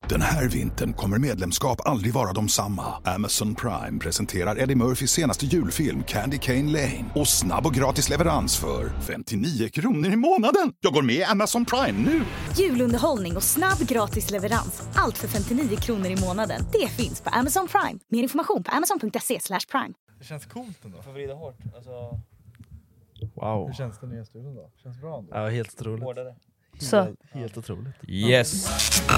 Den här vintern kommer medlemskap aldrig vara de samma. Amazon Prime presenterar Eddie Murphys senaste julfilm Candy Cane Lane. Och snabb och gratis leverans för 59 kronor i månaden. Jag går med i Amazon Prime nu. Julunderhållning och snabb gratis leverans. Allt för 59 kronor i månaden. Det finns på Amazon Prime. Mer information på amazon.se/prime. Det känns coolt ändå. Får vrida hårt. Alltså... Wow. Hur känns det nya studion då? Känns bra ändå? Ja, helt otroligt. Hårdare. Så. Helt otroligt. Yes.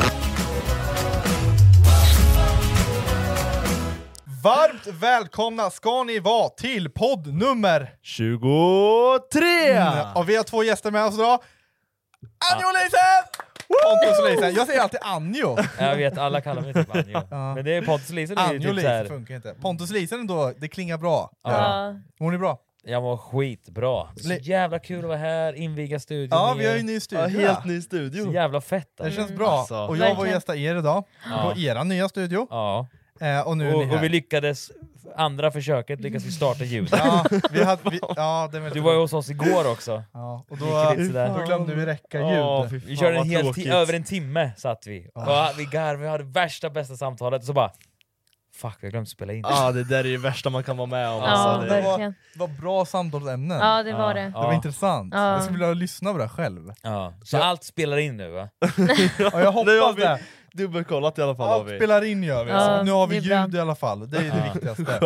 Varmt välkomna ska ni vara till podd nummer 23! Och vi har 2 gäster med oss idag. Anjo och Lisen! Pontus och Lisen. Jag säger alltid Anjo. Jag vet, alla kallar mig typ Anjo. Ja. Men det är Pontus och Lisen. Det är Anjo och typ Lisen såhär. funkar inte. Pontus och Lisen ändå, det klingar bra. Ja. Mår ni bra? Jag mår skitbra. Så jävla kul att vara här, inviga studion. Ja, med vi har ju er. en ny studio. Ja, helt ny studio. Så jävla fett. Det Alltså. känns bra. Alltså. Och jag var Verkligen. gästa er idag på era nya studio. Ja. Och nu är ni här. Och vi lyckades, andra försöket lyckades vi starta ljudet. Ja, det är väldigt Du var ju hos oss igår också. Ja, och Gick lite sådär. då glömde vi räcka ljud. Vi körde över en timme satt vi. Och vi garvade, vi hade värsta bästa samtalet. Så bara, fuck, vi har glömt spela in. Ja, det där är det värsta man kan vara med om. Ja, Alltså, det... verkligen. Det var bra samtalsämnen. Ja, det var det. Det var intressant. Ja. Jag skulle vilja lyssna på det själv. Ja. Så allt spelar in nu va? Ja, jag Nu har hoppas vi det. dubbelkollat i alla fall. Har Allt vi. spelar in gör vi. Ja, Så nu har vi det är ljud i alla fall. Det är det viktigaste.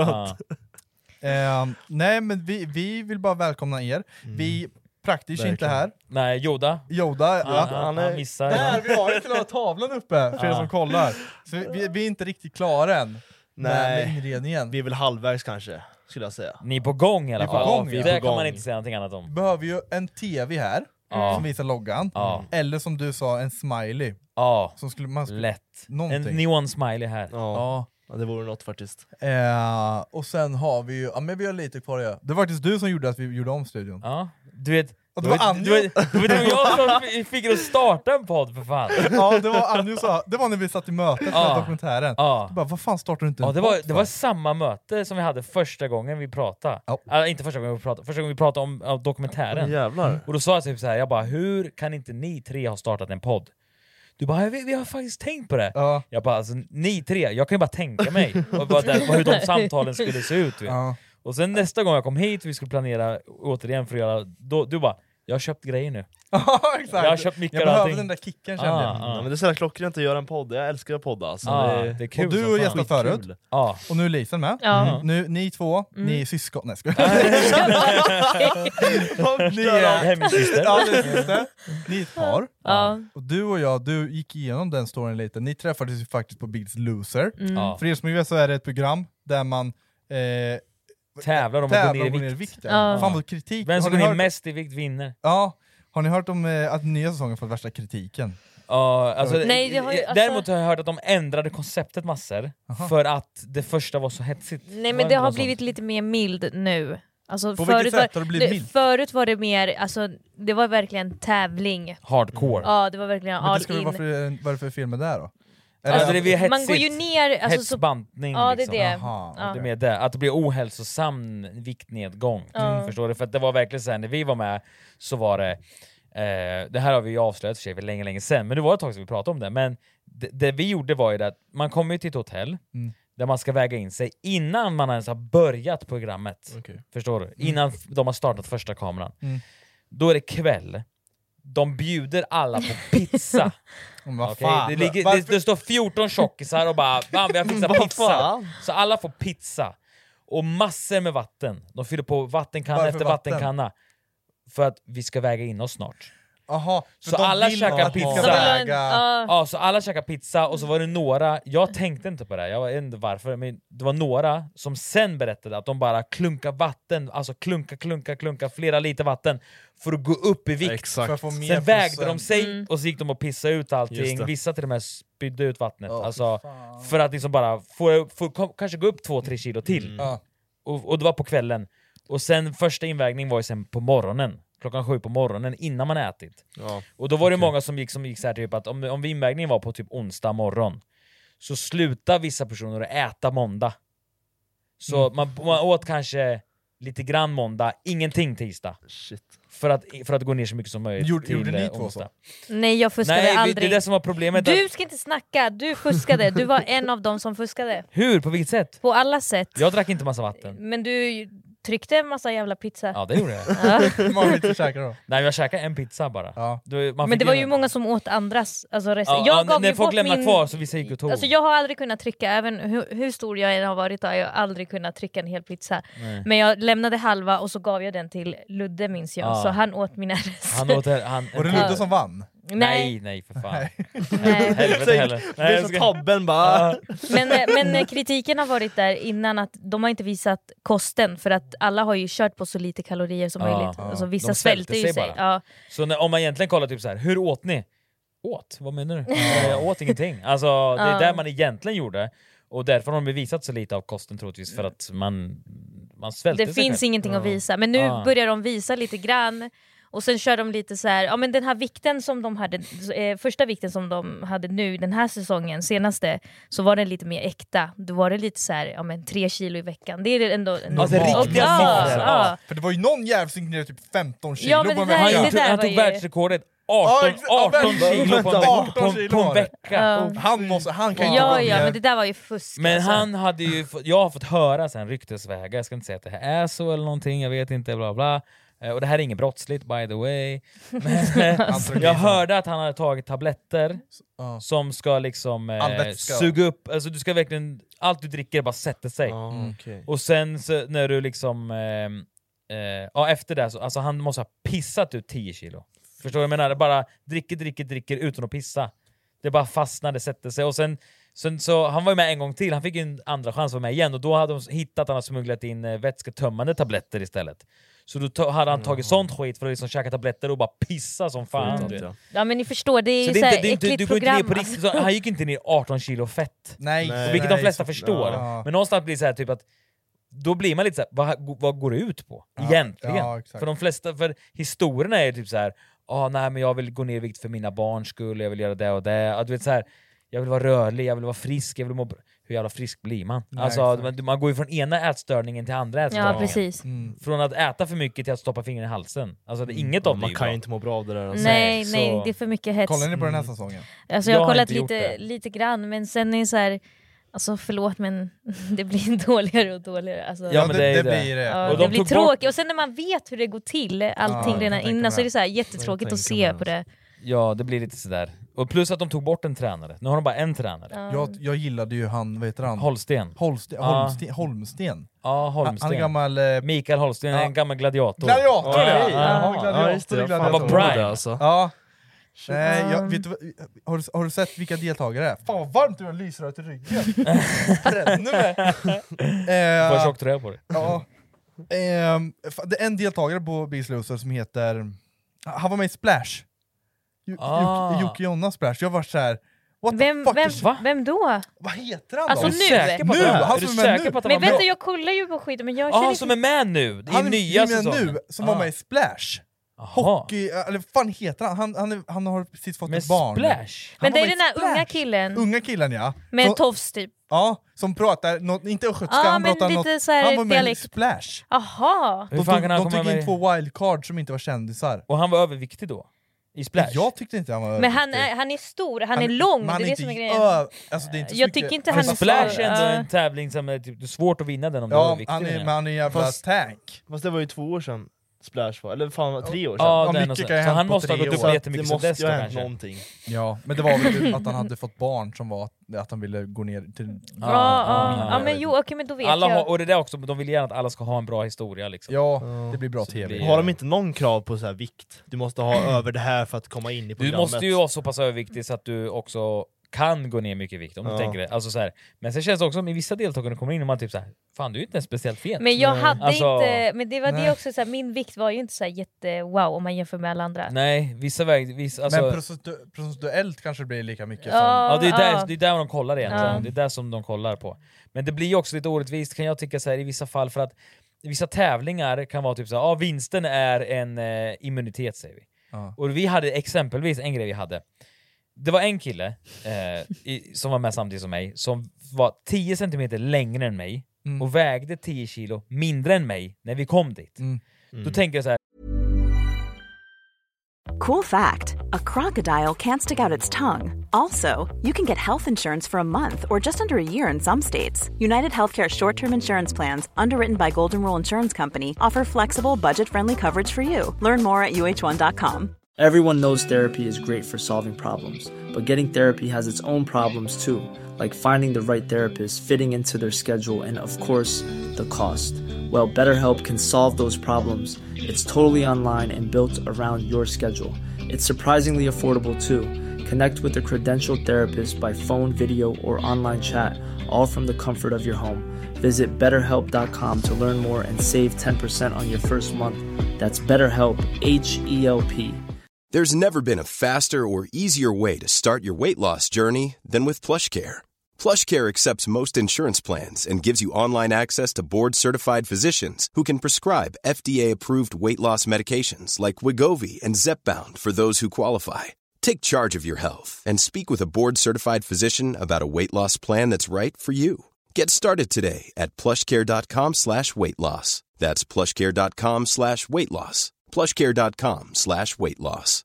Ja. Nej, men vi vill bara välkomna er. Vi praktiskt inte här. Nej, Yoda. Yoda, ja. Han missar. Där, vi har ju till och med tavlan uppe för er som kollar. Så vi är inte riktigt klara än med inredningen. Vi är väl halvvägs kanske, skulle jag säga. Ni är på gång i alla Vi är på fall. gång, Det ja. kan På gång. man inte säga någonting annat Vi om. behöver ju en tv här Ja. som visar loggan. Ja. Eller som du sa, en smiley. Ja, Som man skulle lätt. någonting. En neon smiley här. Ja. Ja, det vore något faktiskt. Och sen har vi ju, ja men vi har lite kvar att göra. Det var faktiskt du som gjorde att vi gjorde om studion. Ja, du vet. Och det var Anjo. det var jag som fick er att starta en podd för fan. Ja, det var Anjo sa, det var när vi satt i mötet med Ja. dokumentären. Ja. Du bara, vad fan startar du inte en Ja, det podd var för? samma möte som vi hade första gången vi pratade. Ja. Inte första gången vi pratade om dokumentären. Jävlar. Och då sa jag typ så här, jag bara, hur kan inte ni tre ha startat en podd? Du bara, vi har faktiskt tänkt på det. Ja. Jag bara, alltså, ni tre, jag kan ju bara tänka mig hur de samtalen skulle se ut. Vet. Ja. Och sen nästa gång jag kom hit, vi skulle planera återigen för att göra, du bara, jag har köpt grejer nu. Ja, exakt. Jag har köpt mickar jag och behöver allting. den där kicken kände jag. Ja, men det är så här klockrent att göra en podd. Jag älskar att podda. Alltså. Det är kul. Och du som och fan. gästat förut. Skitkul. Ja. Och nu är Lisen med. Ja. Nu, ni två, ni är syskon. Nej, ska Det här är min syster. Ja, det är syster. Ni är ett par. Ja. Och du och jag, du gick igenom den storyn lite. Ni träffades ju faktiskt på Biggest Loser. Ja. För er som vet så är det ett program där man Tävlar om att gå ner i vikt. Ja. Ja. Fan vad kritik. Vem som Har går ni ner hört- mest i vikt vinner. Ja, har ni hört om att nya säsongen fått värsta kritiken? Ja, alltså, Nej, det har ju- alltså- däremot har jag hört att de ändrade konceptet massor. Aha. För att det första var så hetsigt. Nej, Var men det har något blivit lite mer mild nu. Alltså, På vilket sätt har det blivit mild? Förut var det mer, alltså, det var verkligen tävling. Hardcore. Ja, det var verkligen Men det all ska väl in. vara vad är det för film med det då? Alltså, det blir hetsigt. Man går ju ner... Alltså, så, Hetsbantning ja, det är liksom. det. Jaha, Ja. Det är med det. Att det blir ohälsosam viktnedgång. Ja. Förstår du? För att det var verkligen såhär, när vi var med så var det det här har vi ju avslöjat för sig för länge sedan, men det var ett tag sedan vi pratade om det. Men det vi gjorde var ju det att man kommer till ett hotell där man ska väga in sig innan man ens har börjat programmet. Okay. Förstår du? Innan de har startat första kameran. Mm. Då är det kväll. De bjuder alla på pizza. Vad Okej? fan? Det står 14 tjockisar och bara vi har fixat pizza. Så alla får pizza. Och massor med vatten. De fyller på vattenkanna Varför efter vatten? vattenkanna. För att vi ska väga in oss snart. Aha, Så alla käkar pizza. Ja. Ja, så alla käkar pizza och så var det några, jag tänkte inte på det, jag vet inte varför, men det var några som sen berättade att de bara klunkar vatten, alltså klunka flera liter vatten för att gå upp i vikt. Exakt. För att få mer Sen vägde de procent. sig och så gick de och pissade ut Just allting, det. vissa till och med spydde ut vattnet. Åh, Alltså, fan. för att liksom bara kanske gå upp 2-3 kilo till. Ja. Och det var på kvällen. Och sen första invägning var ju sen på morgonen. 7 på morgonen innan man ätit. Ja. Och då var det många som gick så här typ att om invägningen var på typ onsdag morgon så slutar vissa personer att äta måndag. Så man åt kanske lite grann måndag, ingenting tisdag. Shit. För att gå ner så mycket som möjligt Gjorde till ni två onsdag. så? Nej, jag fuskade Nej, aldrig. det är det som var problemet. Du ska inte snacka, du fuskade. Du var en av dem som fuskade. Hur? På vilket sätt? På alla sätt. Jag drack inte massa vatten. Men du tryckte en massa jävla pizza. Ja, det gjorde jag. Hur många vill du käka då? Nej, jag käkade en pizza bara. Ja. Men det var ju många som åt andras, alltså resten. Ja, Jag gav när ju folk bort lämnade kvar så vissa gick och tog. Alltså jag har aldrig kunnat trycka, även hur stor jag än har varit har jag aldrig kunnat trycka en hel pizza. Nej. Men jag lämnade halva och så gav jag den till Ludde, minns jag. Så han åt mina rester. Var det Ludde som vann? Nej, för fan. Nej. Helvete heller. Det är så tabben bara. Men kritiken har varit där innan att de har inte visat kosten, för att alla har ju kört på så lite kalorier som möjligt. Alltså, vissa svälter ju sig. Ja. Så om man egentligen kollar typ så här, hur åt ni? Åt? Vad menar du? Jag åt ingenting. Alltså det är där man egentligen gjorde. Och därför har de bevisat så lite av kosten troligtvis, för att man svälter Det sig finns själv. ingenting att visa, men nu börjar de visa lite grann. Och sen kör de lite så här, ja men den här vikten som de hade, första vikten som de hade nu den här säsongen, senaste, så var den lite mer äkta. Då var det lite så här, ja men 3 kilo i veckan. Det är ändå alltså riktiga siffror. Ja. För det var ju någon jävling ner typ 15 kilo Ja, men på en det där- vecka. Han tog världsrekordet 18 kilo på en vecka. Han kan ju Ja, inte men det där var ju fusk. Men alltså. han hade ju jag har fått höra sen ryktesvägar, jag ska inte säga att det här är så eller någonting, jag vet inte, bla bla. Och det här är inget brottsligt, by the way. Men jag hörde att han hade tagit tabletter som ska liksom suga upp, alltså du ska verkligen, allt du dricker bara sätter sig. Okay. Och sen så, när du liksom efter det så, alltså han måste ha pissat ut 10 kilo. Förstår du vad jag menar? Det bara dricker utan att pissa. Det bara fastnade, sätter sig. Och sen så han var ju med en gång till, han fick ju en andra chans att vara med igen, och då hade de hittat att han hade smugglat in vätsketömmande tabletter istället. Så då hade han tagit sånt skit för att liksom käka tabletter och bara pissa som fan. Ja men ni förstår, det är så ju såhär äckligt du program. inte ner på riktigt, så han gick inte ner 18 kilo fett. Nej. Vilket de flesta förstår. Ja. Men någonstans blir det så här typ att då blir man lite så här, vad går det ut på egentligen? Ja, för de flesta, för historierna är typ så här, nej men jag vill gå ner i vikt för mina barns skull, jag vill göra det och det. Du vet så här, jag vill vara rörlig, jag vill vara frisk, jag vill må hur jävla frisk blir man? Nej, alltså man går ju från ena ätstörningen till andra ätstörningen. Ja precis. Från att äta för mycket till att stoppa fingret i halsen. Alltså det är inget av det. Man kan ju inte må bra av det där. Alltså. Nej, så... det är för mycket hets. Kollar ni på den här säsongen? Alltså jag har kollat inte gjort det. lite grann, men sen är det så här, alltså förlåt men det blir dåligare och dåligare. Alltså, Ja, men det blir det. ja, Och det de blir tog tråkigt. Och sen när man vet hur det går till, allting redan jag innan, så är det så här Jag jättetråkigt tänker att se mig på det. Ja, det blir lite sådär. Och plus att de tog bort en tränare. Nu har de bara en tränare. Jag gillade ju han, vad heter han? Holsten. Holmsten. Ja, Holmsten. Han är gammal... Mikael Holsten, en gammal gladiator. Gladiator! Ja, just det. Han var prime. Alltså. Ja. Nej, vet du, har du sett vilka deltagare det är? Fan vad varmt du har lyser ut i ryggen. Bränner mig. Får tjock tröja på det. Ja. Det är en deltagare på Biggest Loser som heter... Han var med i Splash. Jocke Jonna Splash. Jag var så här. What the fuck is... Vem då? Vad heter han Alltså då? nu? Säker på att Nu, han han är du som är med säker nu. på att han Men var vänta, med? jag kollar ju på skiten, men jag känner Han som är med nu! Det är Han nya är säsongen. nu, som var med i Splash. Hockey, eller vad fan heter han? Han har precis fått Med ett barn. Splash? Men Han det var är med den i där Splash. unga killen Unga killen, ja. med en Som- tofs typ. Ja, som pratar, inte östgötska, Ja, han men pratar lite något... så här Han var med i dialekt. Splash. Aha. Hur fan kan han De komma tog in med? 2 wildcards som inte var kändisar. Och han var överviktig då? I Splash? Jag tyckte inte han var Men han är stor, han är lång, det är det som är grejen. Alltså, det är inte så Jag mycket- tycker inte han han är är Splash så- är ändå Ja. en tävling som är typ, det är svårt att vinna den om du är Ja, överviktig. men han är en jävla Fast- tank. Fast det var ju 2 år sedan Splash var, eller fan 3 år sedan. Ja, Ja, den och mycket så. kan ju Så ha han hänt på måste ha 3 gått upp år. Så jättemycket det sen måste dess ju då ha hänt kanske. någonting. Ja, men det var väl att han hade fått barn som var att han ville gå ner till... Ja, men jo, okej, men då vet Alla jag. har, och det där också, de vill gärna att alla ska ha en bra historia liksom. Ja, det blir bra Så tv. blir- Har de inte någon krav på så här vikt? Du måste ha över det här för att komma in i Du programmet. måste ju vara så pass överviktig så att du också kan gå ner mycket i vikt om du tänker det. Alltså, så här. Men sen känns det också som i vissa deltagare kommer in och man typ såhär, fan du är inte ens speciellt fet. Men jag hade Alltså- inte, men det var Nej. det också, så här, min vikt var ju inte så här jätte wow om man jämför med alla andra. Nej, vissa väg... Alltså, Men procentuellt kanske det blir lika mycket som... ja, det är där de kollar egentligen. Ja. Det är där som de kollar på. Men det blir ju också lite orättvist kan jag tycka så här, i vissa fall, för att i vissa tävlingar kan vara typ så här, vinsten är en immunitet säger vi. Ja. Och vi hade exempelvis en grej vi hade. Det var en kille som var med samtidigt som mig, som var 10 centimeter längre än mig och vägde 10 kilo mindre än mig när vi kom dit. Då tänker jag så här. Cool fact, a crocodile can't stick out its tongue. Also, you can get health insurance for a month or just under a year in some states. United Healthcare short-term insurance plans, underwritten by Golden Rule Insurance Company, offer flexible, budget-friendly coverage for you. Learn more at uh1.com. Everyone knows therapy is great for solving problems, but getting therapy has its own problems too, like finding the right therapist, fitting into their schedule, and of course, the cost. Well, BetterHelp can solve those problems. It's totally online and built around your schedule. It's surprisingly affordable too. Connect with a credentialed therapist by phone, video, or online chat, all from the comfort of your home. Visit BetterHelp.com to learn more and save 10% on your first month. That's BetterHelp, H-E-L-P. There's never been a faster or easier way to start your weight loss journey than with PlushCare. PlushCare accepts most insurance plans and gives you online access to board-certified physicians who can prescribe FDA-approved weight loss medications like Wegovy and Zepbound for those who qualify. Take charge of your health and speak with a board-certified physician about a weight loss plan that's right for you. Get started today at plushcare.com/weightloss. That's plushcare.com/weightloss. plushcare.com/weightloss.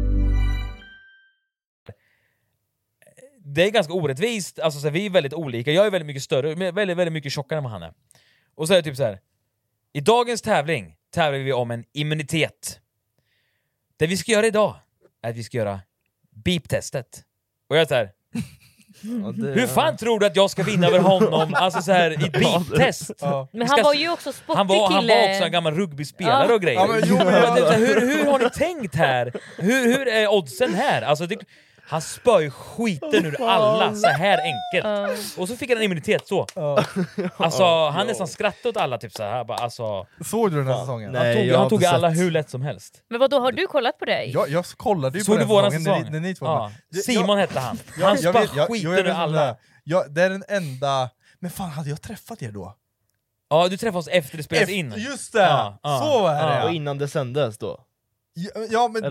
Det är ganska orättvist, alltså så här, vi är väldigt olika. Jag är väldigt mycket större, väldigt, väldigt mycket tjockare än vad han är. Och så är det typ så här. I dagens tävling tävlar vi om en immunitet. Det vi ska göra idag är att vi ska göra beep-testet. Och jag är så här. Hur fan tror du att jag ska vinna över honom, alltså så här, i beep-test? Men han var ju också spottig han var också en gammal rugbyspelare och grejer. Hur har ni tänkt här? Hur är oddsen här? Alltså han spör ju skiten ur alla så här enkelt. Och så fick han en immunitet så. Alltså han nästan skrattade åt alla typ så här. Bara, alltså, såg du den här säsongen? Han tog alla hur lätt som helst. Men vad då har du kollat på det? Jag kollade ju såg på den våran säsongen när ni två. Simon hette han. Han spör skiten ur alla. Det är den enda. Men fan, hade jag träffat er då? Ja, du träffade oss efter det spelades in. Just det! Så är det. Och innan det sändes då. Ja, men, det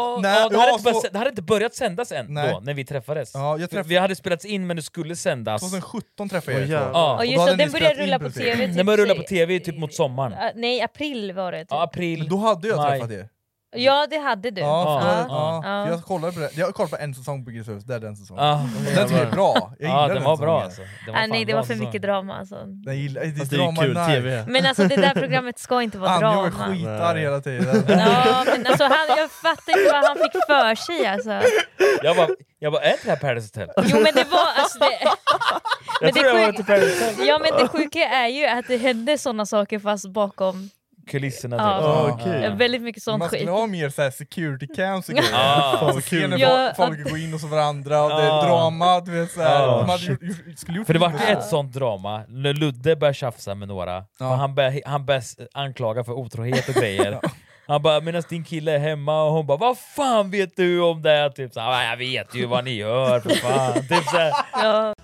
hade inte börjat sändas än då, när vi träffades. Vi hade spelats in men det skulle sändas. 2017 träffade jag Ja, just det, den började rulla på tv. Den började rulla på tv typ mot sommaren. Nej, april var det. Typ. Ja, april. Men då hade jag träffat er. Ja, det hade du. Jag kollade på det. Jag kollade på en säsong på Grisehus, det är den säsongen. Den tycker jag är bra. Den var bra alltså. Nej, det var för mycket drama alltså. Det är drama kul TV. Men alltså det där programmet ska inte vara drama. Han gör skitar hela tiden. Ja, men alltså jag fattar inte vad han fick för sig alltså. Jag bara, är inte det här Paradise Hotel? Jo men det var alltså det. Jag tror jag var till Paradise Hotel. Ja men det sjuka är ju att det hände såna saker fast bakom kulisserna. Väldigt mycket sånt skit. Man skulle ha mer så här security cams och grejer. Folk går in hos varandra och det är drama, du vet såhär. För det var ett sånt drama när Ludde började tjafsa med några. Och han började anklaga för otrohet och grejer. Han bara, medan din kille är hemma och hon bara, vad fan vet du om det? Typ så här, jag vet ju vad ni gör för fan. Typ så här. Ja.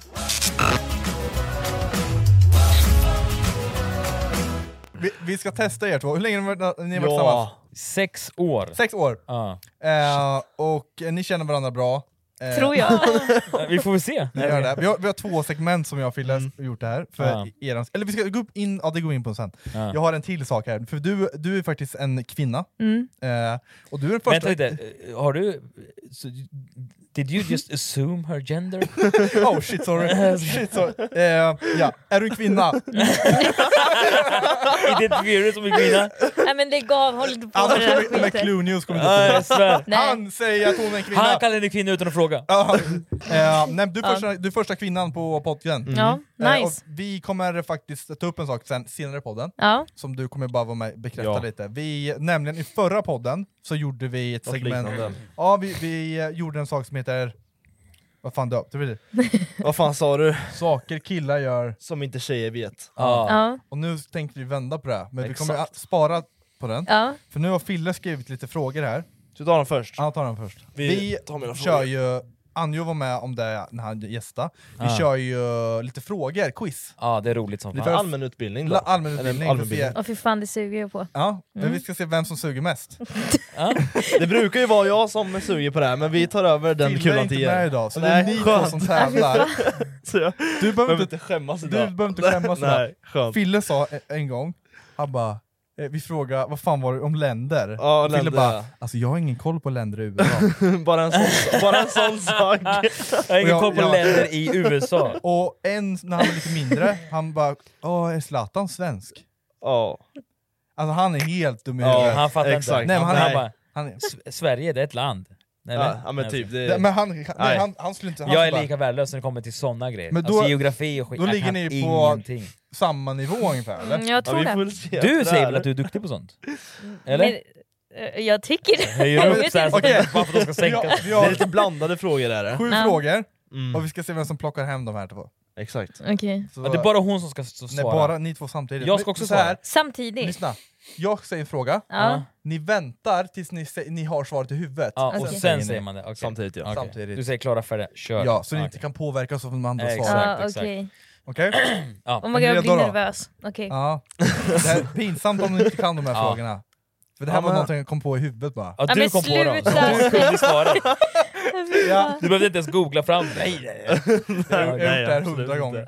Vi ska testa er två. Hur länge har ni varit tillsammans? 6 år. 6 år? Och ni känner varandra bra. Tror jag. Vi får väl se. Vi har 2 segment som jag och Fille har gjort det här. Eller vi ska gå in, det går in på sen. Jag har en till sak här. För du är faktiskt en kvinna. Och du är den första... Vänta lite, har du... Did you just assume her gender? Oh shit, sorry. Är du en kvinna? Identifierar du som en kvinna? Nej men det gav, håll inte på med det där skiten. Clue News kommer han säger att hon är en kvinna. Han kallar henne kvinna utan att fråga. Du är första kvinnan på podden. Ja, nice. Vi kommer faktiskt ta upp en sak senare i podden. Som du kommer bara vara med och bekräfta lite. Nämligen i förra podden så gjorde vi ett segment. Vi gjorde en sak som heter... Vad fan döpte vi det? Vad fan sa du? Saker killar gör som inte tjejer vet. Och nu tänkte vi vända på det. Men vi kommer att spara på den. För nu har Fille skrivit lite frågor här. Så ta den först. Ja, ta den först. Vi kör kör ju Anjo var med om det när han gästade. Vi kör ju lite frågor, quiz. Ja, det är roligt som fan. Lite allmän utbildning då. Allmänutbildning. Och för fan, det suger jag på. Ja, men vi ska se vem som suger mest. Det brukar ju vara jag som suger på det här, men vi tar över den kulan till er. Med idag, så det är ni två som tävlar. Du behöver inte skämmas idag. Du behöver inte skämmas idag. Fille sa en gång, han bara, vi frågade, vad fan var det om länder? Ja, Fille länder. bara, alltså jag har ingen koll på länder i USA. bara en sån sak. Jag har ingen koll på länder i USA. Och när han var lite mindre, han bara, är Zlatan svensk? Ja. Alltså han är helt dum i Ja, huvudet. han fattar Exakt. inte. Nej, men han bara, han Sverige, det är ett land. Ja, men typ men han skulle inte... Jag är lika värdelös när det kommer till såna grejer. Men då, alltså geografi och skit. Då ligger ni på ingenting. samma nivå ungefär, eller? Jag tror det. Du säger väl att du är duktig på sånt? Eller? Men, jag tycker det. Höjer upp såhär så att varför de ska sänka. Vi har lite blandade frågor där. 7 frågor, och vi ska se vem som plockar hem de här två. Exakt. Okej. Det är bara hon som ska svara. Nej, bara ni två samtidigt. Jag ska också svara. Samtidigt. Lyssna. Jag säger en fråga. Ja. Ni väntar tills ni har svaret i huvudet. Ja, och sen säger man det. Okay. Samtidigt, ja. Okay. Samtidigt. Du säger klara för det. Kör. Ja, så ni inte kan påverka oss av de andra Exakt, svaren. Okej. Okej? Ja. Oh my God, jag blir nervös. Okej. Ja. Det här är pinsamt om ni inte kan de här frågorna. För det här var någonting jag kom på i huvudet bara. Ja, du kom på dem. Du kunde svara. Du behövde inte ens googla fram. Nej. Jag har gjort det här 100 gånger.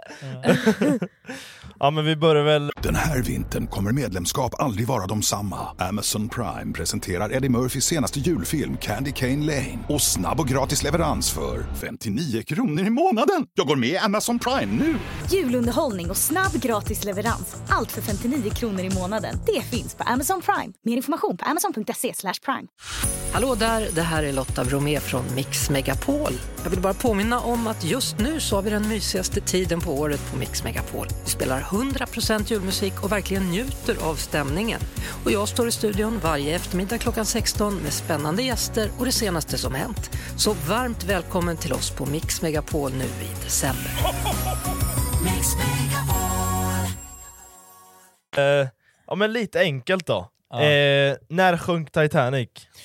Ja, men vi börjar väl... Den här vintern kommer medlemskap aldrig vara de samma. Amazon Prime presenterar Eddie Murphys senaste julfilm Candy Cane Lane. Och snabb och gratis leverans för 59 kronor i månaden. Jag går med i Amazon Prime nu! Julunderhållning och snabb gratis leverans. Allt för 59 kronor i månaden. Det finns på Amazon Prime. Mer information på amazon.se/prime. Hallå där, det här är Lotta Bromé från Mix Megapol. Jag vill bara påminna om att just nu så har vi den mysigaste tiden på året på Mix Megapol. Vi spelar 100% julmusik och verkligen njuter av stämningen. Och jag står i studion varje eftermiddag klockan 16 med spännande gäster och det senaste som hänt. Så varmt välkommen till oss på Mix Megapol nu i december. Mix Megapol. Ja, men lite enkelt då. Ja. När sjönk Titanic?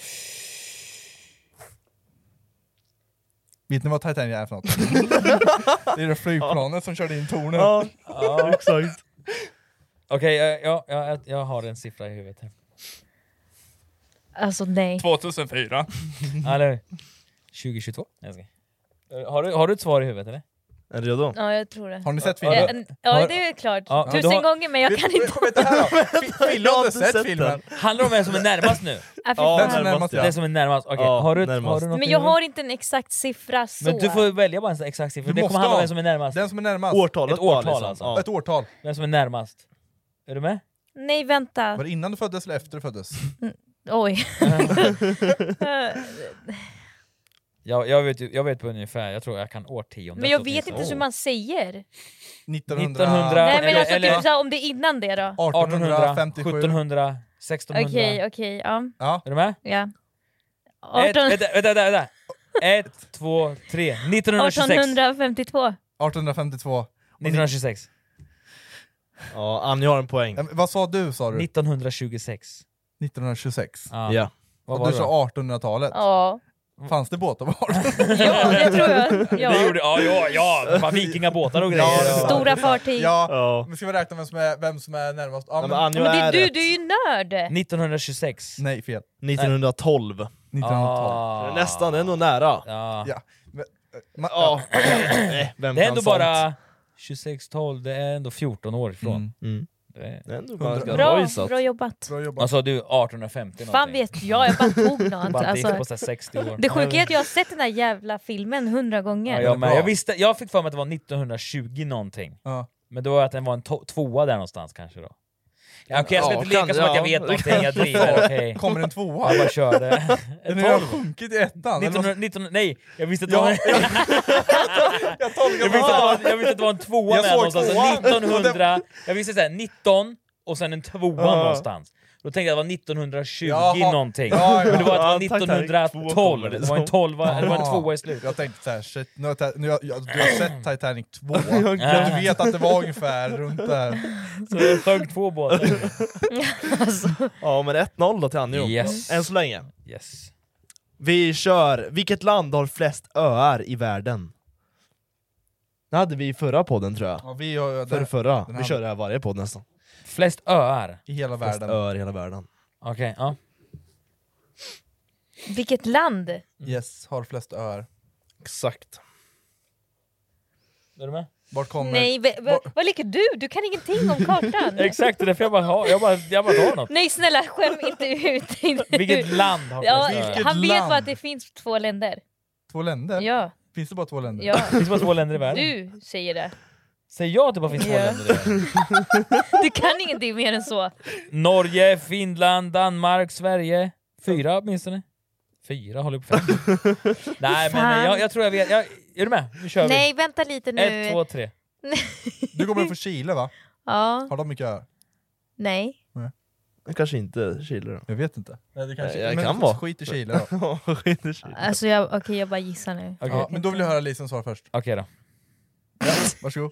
Vet ni vad Titanic är för något? Det är det flygplanet som körde in tornet. Ja, exakt. Okej, jag har en siffra i huvudet här. Alltså nej. 2004. Eller 2022. Har du ett svar i huvudet eller? Är det då? Ja, jag tror det. Har ni sett filmen? Ja, det är klart. Ja, 1000 gånger, men jag kan inte. Fille har inte sett filmen. Handlar det om vem som är närmast nu? Vem som är närmast? Det som är närmast. Okej. Ja, Har du närmast. något Men jag har inte en exakt siffra så. Men du får välja bara en exakt siffra. Det kommer handla om vem som är närmast. Den som är närmast. Årtalet. Ett årtal liksom. alltså. Ja. Ett årtal. Vem som är närmast. Är du med? Nej, vänta. Var det innan du föddes eller efter du föddes? Oj. Jag vet på ungefär, jag tror jag kan årtiondet. Men jag vet inte hur man säger. 1900. Nej, men alltså eller- typ så här, om det är innan det då. 1857. 1700, 1600. Okej, ja. Ja. Är du med? Ja. Vänta. 1, 2, 3. 1926. 1852. 1852. 1926. Ja, Annie har en poäng. Vad sa du, sa du? 1926. 1926. Ja. Vad Och var du det? sa 1800-talet. Ja. Fanns det båtar var? Ja, det tror jag. Ja. Det gjorde, ja. Det var vikingabåtar och grejer. Ja. Stora fartyg. Ja, men ska vi räkna vem som är närmast? Ja, Ja, men, men Annie Men är du rätt. är ju nörd. 1926. nej, fel. 1912. 1912. Nästan, det är ändå nära. Ja. Ja. Ja. Vem Det är kan ändå sånt? bara 26-12, det är ändå 14 år ifrån. Mm. Det är ändå ganska bra Bra, gissat. bra jobbat. Bra jobbat. Alltså du 1850 Fan någonting. vet jag bara tog något. Bara inte på Alltså, så här 60 år. det sjuka är att jag har sett den här jävla filmen 100 gånger. Ja, jag fick för mig att det var 1920 någonting. Ja. Men då var att den var en tvåa där någonstans kanske då. Ja, okej, jag ska Ja, inte leka som att jag vet någonting, jag driver, okej. Kommer en tvåa? Jag bara körde. Den har sjunkit i ettan. 19, nej, jag visste att det Ja, var... jag tolkar Jag visste att det var en tvåa Jag med såg någonstans. tvåan. 1900, jag visste såhär 19 och sen en tvåa någonstans. Då tänkte jag att det var 1920 Jaha. någonting. Ja, ja. Men det var att Ja, det var Titanic 1912. 2 Det var en 12, det var en tvåa i slutet. Jag tänkte såhär, shit, du har sett Titanic 2. Du vet att det var ungefär runt där. Så det sjönk 2 båtar. Alltså. Ja, men 1-0 då till Annie. Yes. Än så länge. Yes. Vi kör. Vilket land har flest öar i världen? Det hade vi i förra podden tror jag. Ja, vi kör det här varje podd nästan. Flest öar i hela flest världen. Öar i hela världen. Okej, ja. Vilket land? Yes, har flest öar. Exakt. Är du med? Vart kommer... Nej, vad leker du? Du kan ingenting om kartan. Exakt, det är därför jag bara har något. Nej snälla, skäm inte ut. Vilket land har flest öar? Han vet bara att det finns 2 länder. 2 länder? Ja. Finns det bara 2 länder? Ja. Finns det bara 2 länder i världen? Du säger det. Säger jag att det bara finns 2 länder i världen? Du kan ingenting mer än så. Norge, Finland, Danmark, Sverige. 4 åtminstone. 4 håller på 5. Nej men jag tror jag vet. Är du med? Nu kör vi. Nej, vänta lite nu. 1, 2, 3. Du kommer från Chile va? Ja. Har de mycket öar? Nej. Kanske inte Chile då. Jag vet inte. Nej, det kanske... Jag men kan vara. Skit i Chile då. Skit i Chile. Alltså jag bara gissar nu. Okay. Ja, men då vill jag höra Lisens svar först. Okej då. Ja, varsågod.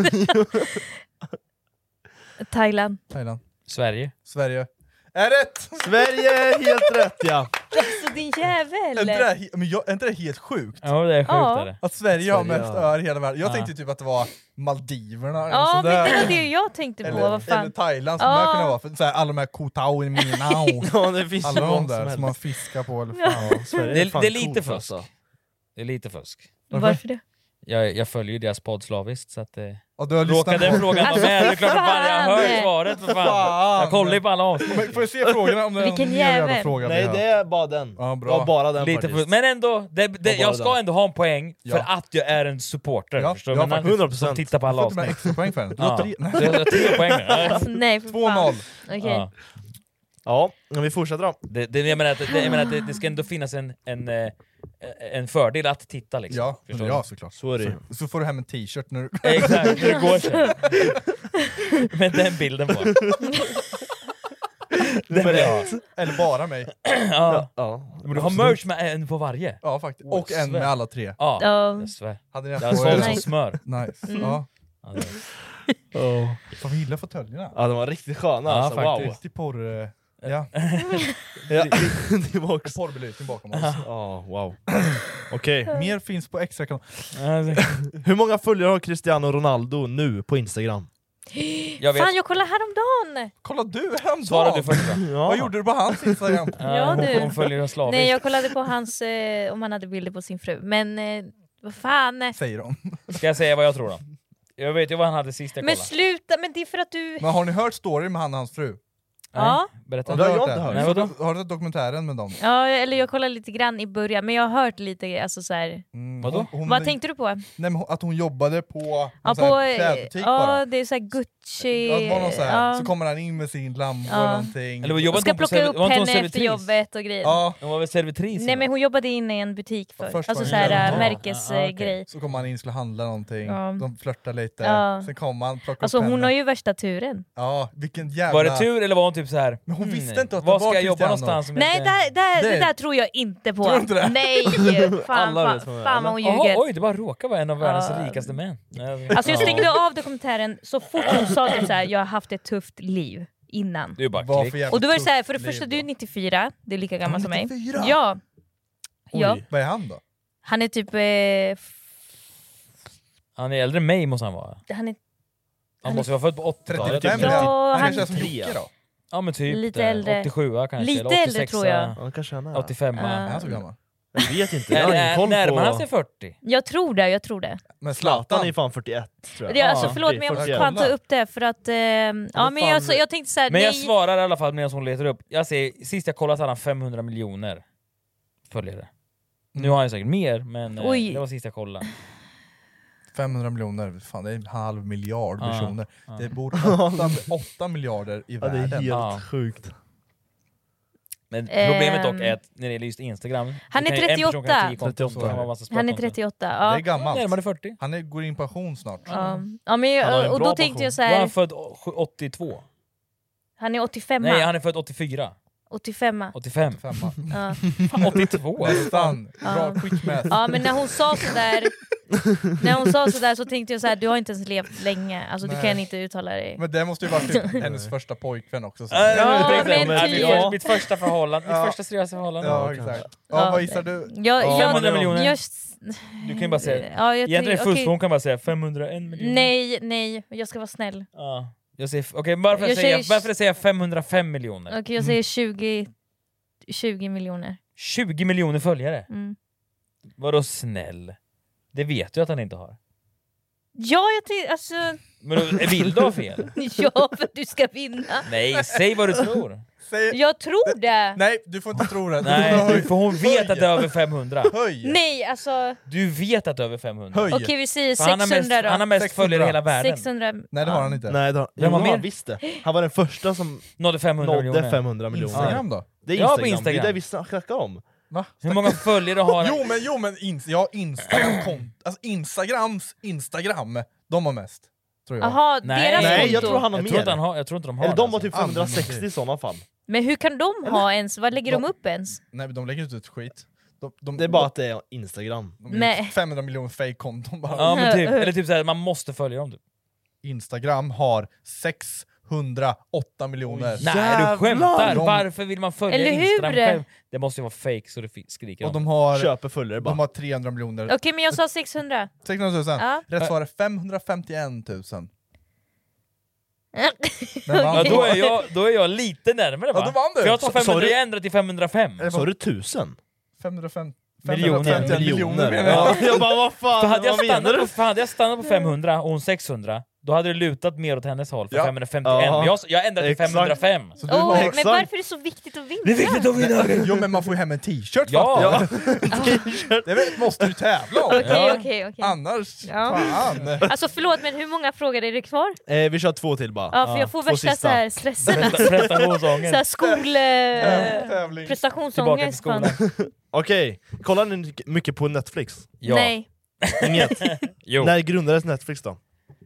Thailand. Sverige. Är rätt! Sverige är helt rätt ja. Alltså din jävel. Är inte det helt sjukt? Ja det är sjukt Ja. Att Sverige har mest öar i hela världen. Jag tänkte typ att det var Maldiverna. Ja, men där. det var det jag tänkte på. Vad fan? Eller Thailand som det kunna vara. För såhär, alla de här Koh i Minao. Ja, det finns alla de där som man fiskar på. Eller fan. Det är lite fusk. Det är lite fusk. Varför det? Jag följer ju deras podd slaviskt så att råkade den frågan vara med. Det är klart att jag har hört svaret för fan. Jag kollar ju på alla avsnitt. Får jag se frågorna om det är vilken någon jävla jävel. fråga? Nej det är bara den. Ja, bra. Ja, bara den lite för, men ändå, jag ska ändå ha en poäng för att jag är en supporter. Ja, förstår du? 100%. Som tittar på alla avsnitt. Du får extra poäng för den. Jag har 3 poäng nu. Nej, för fan. 2-0. Okej. Ja, men vi fortsätter då. Jag menar att det ska ändå finnas en fördel att titta liksom. Ja, såklart. Så är det. Så får du hem en t-shirt när du... Exakt, när det går sen. Med den bilden på. Eller bara mig. Ja. Men du har merch med en på varje. Ja faktiskt. Och en med alla 3. Ja, jag svär. Hade ni haft sålt som smör. Nice. Ja. Fan, vi gillar fåtöljerna. Ja, de var riktigt sköna ja, alltså. Wow. Riktigt porr... Ja. Det var också porrbelysning bakom oss. Ja, wow. Okej. Mer finns på extra kanal. Hur många följare har Cristiano Ronaldo nu på Instagram? Fan, jag kollade häromdagen! Kolla du häromdagen! Svarade du först då? Ja. Vad gjorde du på hans Instagram? Ja, du. Hon följer oss slaviskt. Nej, jag kollade på hans, om han hade bilder på sin fru. Men, vad fan? Säger de. Ska jag säga vad jag tror då? Jag vet ju vad han hade sist jag kollade. Men sluta, men det är för att du... Men har ni hört storyn med han och hans fru? Ja. Berätta. Det har jag inte inte hört. hört. Har du sett dokumentären med dem? Ja, eller jag kollade lite grann i början, men jag har hört lite, alltså så här. Vadå? Vad tänkte du på? Nej, men att hon jobbade på Ja, klädbutik bara. Ja, det är så här Gucci. Ja, det var någon så, här. Ja. Så kommer han in med sin lampa och någonting. Eller Jag ska plocka upp henne efter jobbet och grejer. Ja. Hon var väl servitris? Nej, men hon jobbade inne i en butik Först för. Alltså var så här det- märkesgrej. Så kommer han in och skulle handla någonting. Ja. De flörtar lite. Ja. Sen kommer han plocka Alltså upp hon henne. har ju värsta turen. Ja, vilken jävla... Var det tur eller var hon typ så här? Men hon visste inte att var det var ska jag jobba Cristiano. någonstans? som Nej, inte- det där tror jag inte på. Tror du inte det? Nej, Alla vet fan vad vad hon Jaha, ljuger. oj, det bara råkar vara en av världens rikaste män. Alltså jag stängde av dokumentären så fort hon sa typ så här, jag har haft ett tufft liv innan. Det är bara Vad klick. för jävla Och då var det så här, för det tufft första liv du är då. 94, det är lika gammal som mig. 94? Ja. Oj, Ja. vad är han då? Han är typ Han är äldre än mig måste han vara. Han måste vara född på 80-talet. 35? Ja, han han- kanske är som Jocke då? Ja men typ Lite där. äldre. 87 kanske. Lite eller 86, äldre, tror jag. Ja, kanske han är. 85. Är han så gammal? Jag vet inte. Jag har ingen koll Närmar han på... sig 40? Jag tror det. Men Zlatan är fan 41 tror jag. Det är, alltså Ja, förlåt det är men jag måste 41. fan ta upp det för att... ja men jag tänkte såhär, Men jag nej. svarar i alla fall medan hon letar upp. Jag säger, sist jag kollade hade han 500 miljoner följare. Nu har han säkert mer, men Oj. det var sist jag kollade. 500 miljoner, fan det är en halv miljard Ja, personer. ja. Det bor 8 miljarder i Ja, det är världen. helt Ja. sjukt. Men problemet dock är att när det gäller just Instagram... Han det är kan ju- en person kan ha 10 konton, 38. så kan man ha massa Han är sparkonton. 38, Det ja. är gammalt. Närmare 40. Han går in pension snart. Ja, men Han har en och bra då tänkte jag så Var han här, född 82? han är 85. Nej, han är född 84. 85. 85. Femma. Ja. Fan, 82? Nästan. Ja. Bra quick math. Ja men när hon sa sådär, När hon sa sådär så tänkte jag så här: du har inte ens levt länge, alltså du kan inte uttala dig. Men det måste ju vara typ hennes första pojkvän också. Så. Mitt första förhållande, mitt första seriösa förhållande. Ja, exakt. Vad gissar du? 500 miljoner. Du kan ju bara säga, egentligen är fusk, hon kan bara säga 501 miljoner. Nej, jag ska vara snäll. Ja. Jag säger, varför säger jag 505 miljoner? Okej, jag säger 20 miljoner. 20 miljoner följare? Vadå snäll? Det vet du att han inte har. Ja, jag tänkte, alltså... Men vill du ha fel? Ja, för du ska vinna. Nej, säg vad du tror. Jag tror det. Nej, du får inte tro det. Nej, för hon vet att det är över 500. Höj. Nej, alltså... Du vet att det är över 500. Okej, vi säger 600 då. Han har mest följare i hela världen. 600. Nej, det har han inte. Nej, han visste. Han var den första som nådde 500 miljoner. Instagram då? Det är Instagram. På Instagram. Det är det vi snackar om. Va? Hur många följare har han? Jo men Instagram, de har mest. Tror jag. Aha, Nej, jag tror han har mer. Jag tror inte de har. Eller de var typ 560 i sådana fall. Men hur kan de ha ens? Vad lägger de upp ens? Nej, de lägger inte ut skit. Det är bara att det är Instagram. Nej. 500 miljoner fake-konton bara. Ja, men typ, eller typ såhär, man måste följa dem typ. Instagram har 608 miljoner. Nej, du skämtar! Varför vill man följa Instagram själv? Det måste ju vara fake så det skriker. Och de har, köper följare bara. De har 300 miljoner. Okej, men jag sa 600. 600 000. Ja. Rätt svar är 551 000. Ja, då är jag lite närmare, va? Ja, då vann du. För jag tar 500, jag ändrar till 505. Så du 1000? 505 miljoner. Ja. Jag bara, vad fan? För hade jag stannat på 500 och hon 600, då hade det lutat mer åt hennes håll för 551. Men jag ändrar till 505. Men varför är det så viktigt att vinna? Det är viktigt att vinna. Jo, men man får ju hem en t-shirt. Ja. Det måste du tävla om. Okej. Annars, fan. Alltså förlåt, men hur många frågor är det kvar? Vi kör 2 till bara. Ja, för jag får värsta så här stressen. Prestationsångest. Så här prestationsångest. Okej, kollar ni mycket på Netflix? Ja. Nej. Inget? När grundades Netflix då?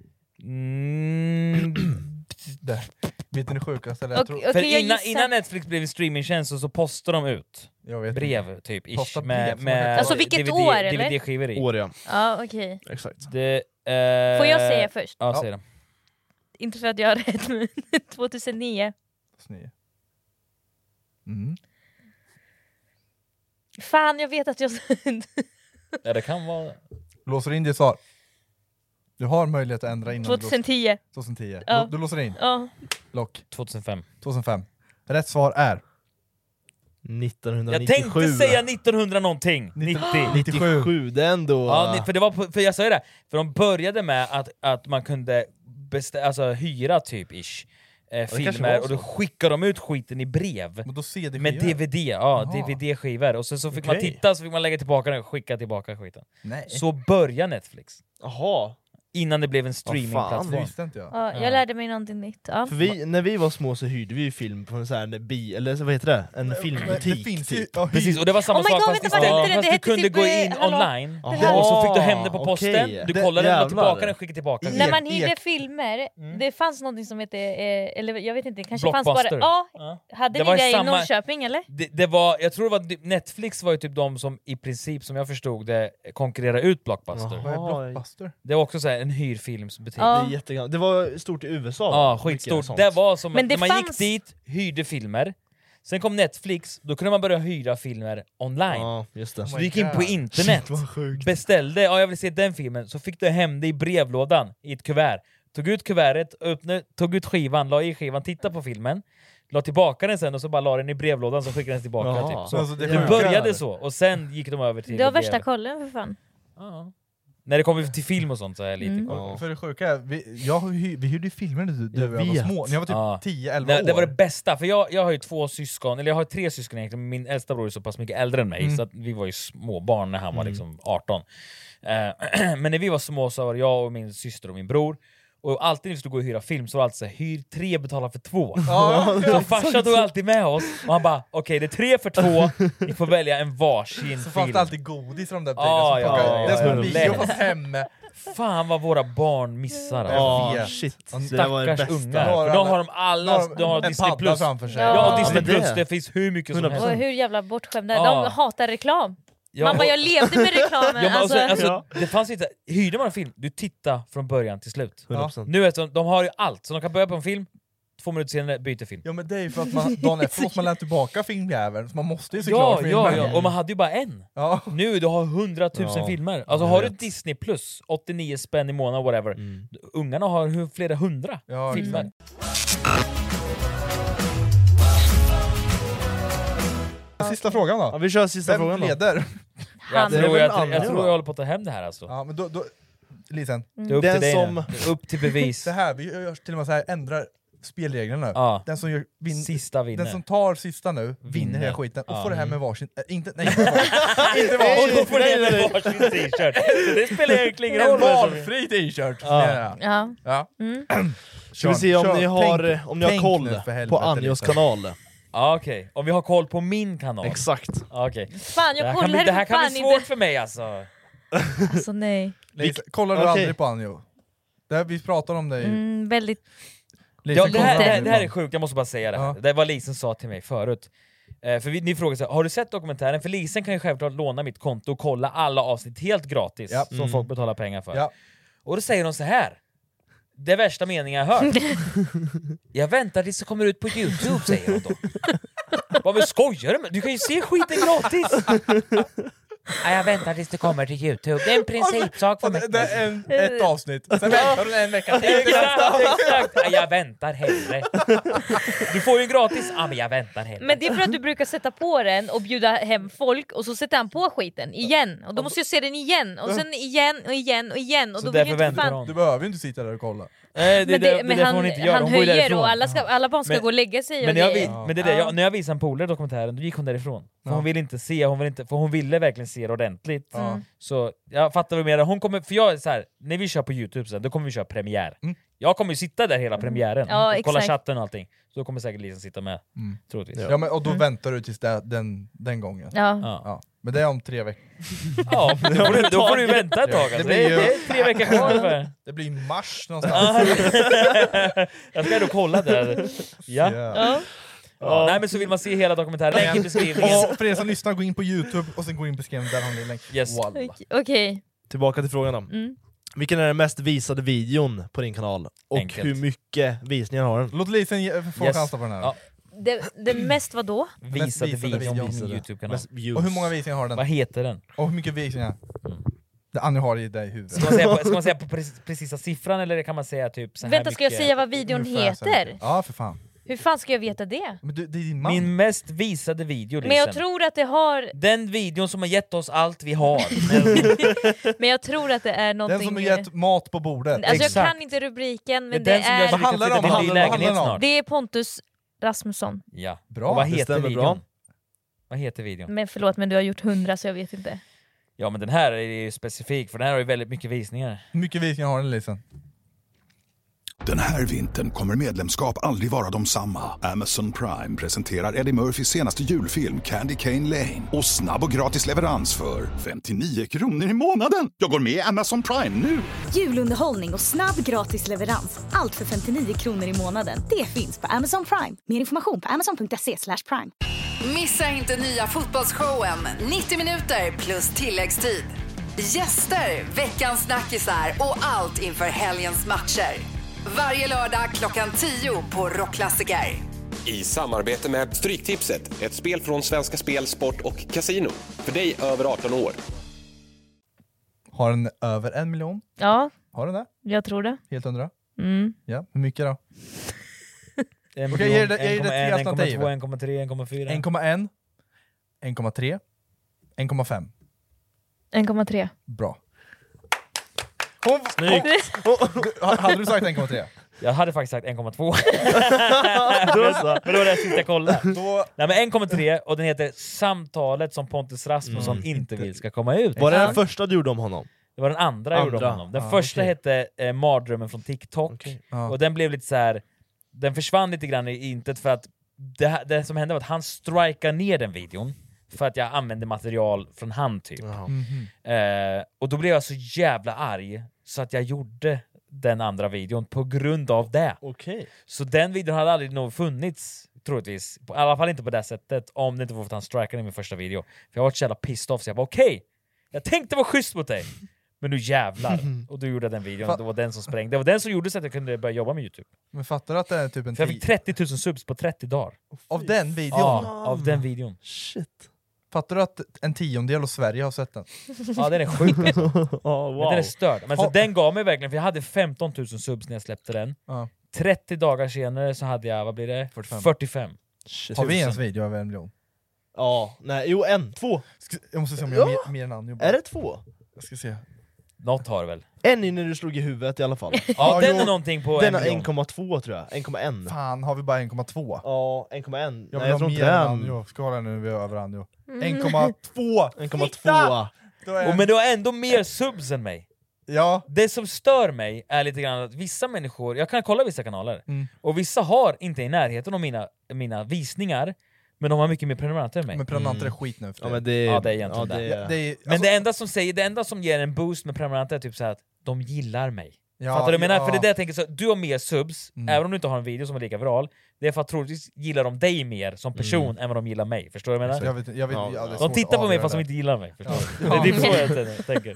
Vet ni det sjukaste? För innan Netflix blev streamingtjänst så postade de ut brev typ ish, med alltså vilket år eller? DVD-skivor i. År, ja. Ja, okej. Exakt. Får jag säga först? Ja, säg det. Inte för att jag har rätt, men 2009. Fan, jag vet att jag... Ja, det kan vara... Låser in ditt svar. Du har möjlighet att ändra innan 2010. 2010. Ja. Du låser in. Ja. Lock. 2005. 2005. Rätt svar är 1997. Jag tänkte säga 1900 någonting. 97, det är ändå... Ja, för jag sa ju det. För de började med att man kunde hyra typ ish filmer, och då skickade de ut skiten i brev. Men då med DVD, DVD-skivor. Och så fick man titta, så fick man lägga tillbaka den och skicka tillbaka skiten. Nej. Så började Netflix. Jaha. Innan det blev en streamingplattform. Det visste inte jag. Ja, jag lärde mig någonting nytt. Ja. För när vi var små så hyrde vi ju film på en sån här eller vad heter det? En filmbutik. Det finns typ. Precis, och det var samma sak fast du kunde gå in online och så fick du hem det på posten. Du kollade den och tillbaka den, skickade tillbaka. När man hyrde filmer, det fanns någonting som hette, eller jag vet inte, kanske fanns bara... Hade ni det i Norrköping eller? Det var, jag tror det var Netflix var ju typ de som i princip, som jag förstod det, konkurrerade ut Blockbuster. Vad är Blockbuster? Det var också så här en hyrfilmsbutik. Det är jättegammalt. Det var stort i USA. Ja, skitstort. Det var som när man gick dit, hyrde filmer. Sen kom Netflix, då kunde man börja hyra filmer online. Ja, just det. Så du gick in på internet, beställde, jag vill se den filmen, så fick du hem det i brevlådan i ett kuvert. Tog ut kuvertet, tog ut skivan, la i skivan, tittade på filmen, la tillbaka den sen och så bara la den i brevlådan, så skickade den tillbaka. Typ. Så alltså, det började så, och sen gick de över till... Det var värsta kollen för fan. Ja. När det kommer till film och sånt så är jag lite koll. För det sjuka, vi hyrde filmer när jag var små. När jag var typ 10-11 år. Det var det bästa, för jag har ju 2 syskon, eller jag har 3 syskon egentligen, min äldsta bror är så pass mycket äldre än mig, så att vi var ju små barn när han var liksom 18. Men när vi var små så var det jag och min syster och min bror. Och alltid när vi skulle gå och hyra film så var det alltid så här, hyr 3, betala för 2. Så farsan tog alltid med oss och han bara, okej, det är 3 för 2, ni får välja en varsin film. Så fanns det alltid godis i de där pengarna. Det skulle vi fått hem. Fan vad våra barn missar. Shit. Stackars ungar. För då har de alla, de har Disney Plus framför sig. Ja, Disney Plus, det finns hur mycket som helst. Och hur jävla bortskämda. De hatar reklam. Man bara, jag levde med reklamen. Ja, alltså, det fanns inte, hyrde man en film, du tittar från början till slut. 100%. Nu är de har ju allt, så de kan börja på en film, 2 minuter senare byter film. Ja men det är ju för att dagen efter måste man lämna tillbaka filmjäveln, så man måste ju såklart ja, och man hade ju bara en. Ja. Nu du har 100 000 filmer. Alltså har du Disney plus 89 spänn i månaden whatever. Ungarna har flera 100 filmer. Sista frågan då. Ja, vi kör sista frågan då. Vem leder? Jag tror jag håller på att ta hem det här alltså. Ja, men då Lisen. Det är upp till dig nu. Upp till bevis. Det här, vi gör till och med så här, ändrar spelreglerna nu. Ja. Den som sista vinner. Den som tar sista nu vinner hela skiten och får det här med varsin... inte varsin. Och då får det här med varsin t-shirt. Så det spelar egentligen ingen roll. En valfri t-shirt. Ja. Ska vi se om ni har koll på Anjos kanal. Ja, okej. Om vi har koll på min kanal. Exakt. Okej. Fan, jag kollar det här kan bli svårt för mig alltså. Alltså nej. Kollar du aldrig på Anjo? Vi pratar om dig. Väldigt. Ja, det här är sjukt, jag måste bara säga det här. Det var Lisen sa till mig förut. För ni frågade så här, har du sett dokumentären? För Lisen kan ju självklart låna mitt konto och kolla alla avsnitt helt gratis. Som folk betalar pengar för. Och då säger de så här. Det värsta meningen jag hört. Jag väntar tills det kommer ut på YouTube, säger hon då. Vad vill skojar du med? Du kan ju se skiten gratis. Nej, jag väntar tills det kommer till YouTube. Det är en principsak för mig. Det är ett avsnitt. Sen väntar du en vecka till. Exakt. Nej, jag väntar hellre. Du får ju gratis. Ja, men jag väntar hellre. Men det är för att du brukar sätta på den och bjuda hem folk och så sätter han på skiten igen. Och då måste jag se den igen. Och sen igen och igen och igen. Och så då därför vill inte fan... Du behöver ju inte sitta där och kolla. Men han höjer och alla barn ska gå och lägga sig. Men när jag visade en polare dokumentären, då gick hon därifrån. För hon ville inte se, för hon ville verkligen se det ordentligt. Så jag fattar vad mer. Hon kommer, för jag så här, när vi kör på YouTube sen, då kommer vi köra premiär. Jag kommer ju sitta där hela premiären och kolla chatten och allting. Så då kommer säkert Lisen sitta med. Troligtvis. Ja, men, och då väntar du tills den gången. Ja. Men det är om 3 veckor. Ja, då får du vänta ett tag. Alltså. Det är 3 veckor kvar. Det blir mars någonstans. Jag ska då kolla där. Nej, men så vill man se hela dokumentären. Länk i beskrivningen. För er som lyssnar, gå in på YouTube och sen gå in på beskrivningen, där har ni länk. Yes. Okej. Tillbaka till frågan då. Vilken är den mest visade videon på din kanal? Och enkelt. Hur mycket visningar har den? Låt Lisen få chansa på den här. Det mest vad då? Visade videon på min YouTube-kanal. Och hur många visningar har den? Vad heter den? Och hur mycket visningar? Det Annie har i det i huvudet. Ska man säga på precisa siffran, eller kan man säga typ så här? Vänta, ska jag säga vad videon heter? Ja, för fan. Hur fan ska jag veta det? Men det är din man. Min mest visade video, Men jag tror att det har... Den videon som har gett oss allt vi har. Men jag tror att det är någonting... Den som har gett mat på bordet. Alltså jag kan inte rubriken, men det är... Vad handlar det om? Det är Pontus Rasmusson. Ja. Bra. Och vad heter videon? Vad heter videon? Men förlåt, men du har gjort 100 så jag vet inte. Ja, men den här är ju specifik, för den här har ju väldigt mycket visningar. Hur mycket visningar har den, Lisen? Den här vintern kommer medlemskap aldrig vara de samma. Amazon Prime presenterar Eddie Murphys senaste julfilm Candy Cane Lane. Och snabb och gratis leverans för 59 kronor i månaden. Jag går med i Amazon Prime nu! Julunderhållning och snabb gratis leverans. Allt för 59 kronor i månaden. Det finns på Amazon Prime. Mer information på amazon.se/prime. Missa inte nya fotbollsshowen 90 minuter plus tilläggstid. Gäster, veckans snackisar och allt inför helgens matcher. Varje lördag klockan 10 på Rockklassiker. I samarbete med Stryktipset, ett spel från Svenska Spel, Sport och Casino. För dig över 18 år. Har den över 1 miljon? Ja. Har den det? Jag tror det. Helt 100? Mm. Ja, hur mycket då? Okej, jag ger det 3 alternativ. 1,2, 1,3, 1,4. 1,1, 1,3, 1,5. 1,3. Bra. Hade du sagt 1,3? Jag hade faktiskt sagt 1,2. Men då var det sista jag kollade. Nej, men 1,3, och den heter Samtalet som Pontus Rasmusson inte vill ska komma ut. Var det den första du gjorde om honom? Det var den andra jag gjorde om honom. Den första hette Mardrömmen från TikTok. Och den blev lite så här. Den försvann lite grann i intet, för att det som hände var att han strikade ner den videon för att jag använde material från han typ. Och då blev jag så jävla arg så att jag gjorde den andra videon på grund av det. Okay. Så den videon hade aldrig nog funnits troligtvis. I alla fall inte på det sättet, om det inte var för att han strikade i min första video. För jag var så jävla pissed off, så jag var okej. Jag tänkte vara schysst mot dig. Men nu jävlar. Och du gjorde den videon, det var den som sprängde. Det var den som gjorde så att jag kunde börja jobba med YouTube. Men fattar du att det är typ en... För jag fick 30 000 subs på 30 dagar. Av den videon? Ja, av den videon. Shit. Fattar du att en 10% av Sverige har sett den? Ja, den är sjuk. Wow. Men den är störd. Men så den gav mig verkligen, för jag hade 15 000 subs när jag släppte den. 30 dagar senare så hade jag, vad blir det? 45. Shit. Har vi ens video över 1 miljon? Ja, nej, jo, 2. Jag måste se om jag har mer än han. Är det 2? Jag ska se. Något har det väl. En när du slog i huvudet i alla fall. Ja, den är någonting på den är 1,2 tror jag. 1,1. Fan, har vi bara 1,2? Ja, 1,1. Jag tror inte den. Ska ha den nu, vi är över han. 1,2! 1,2. Men du har ändå mer subs än mig. Ja. Det som stör mig är lite grann att vissa människor, jag kan kolla vissa kanaler, och vissa har inte i närheten av mina visningar, men de har mycket mer prenumeranter än mig. Men prenumeranter är skit nu. Ja, men det är egentligen det. Men det enda som ger en boost med prenumeranter är typ så här att de gillar mig. Fattar du? Menar? För det är det jag tänker, så du har mer subs, även om du inte har en video som är lika viral. Det är för att troligtvis gillar de dig mer som person än vad de gillar mig. Förstår du vad jag menar? De tittar på mig fast de inte gillar mig. Förstår du? Det är så jag tänker.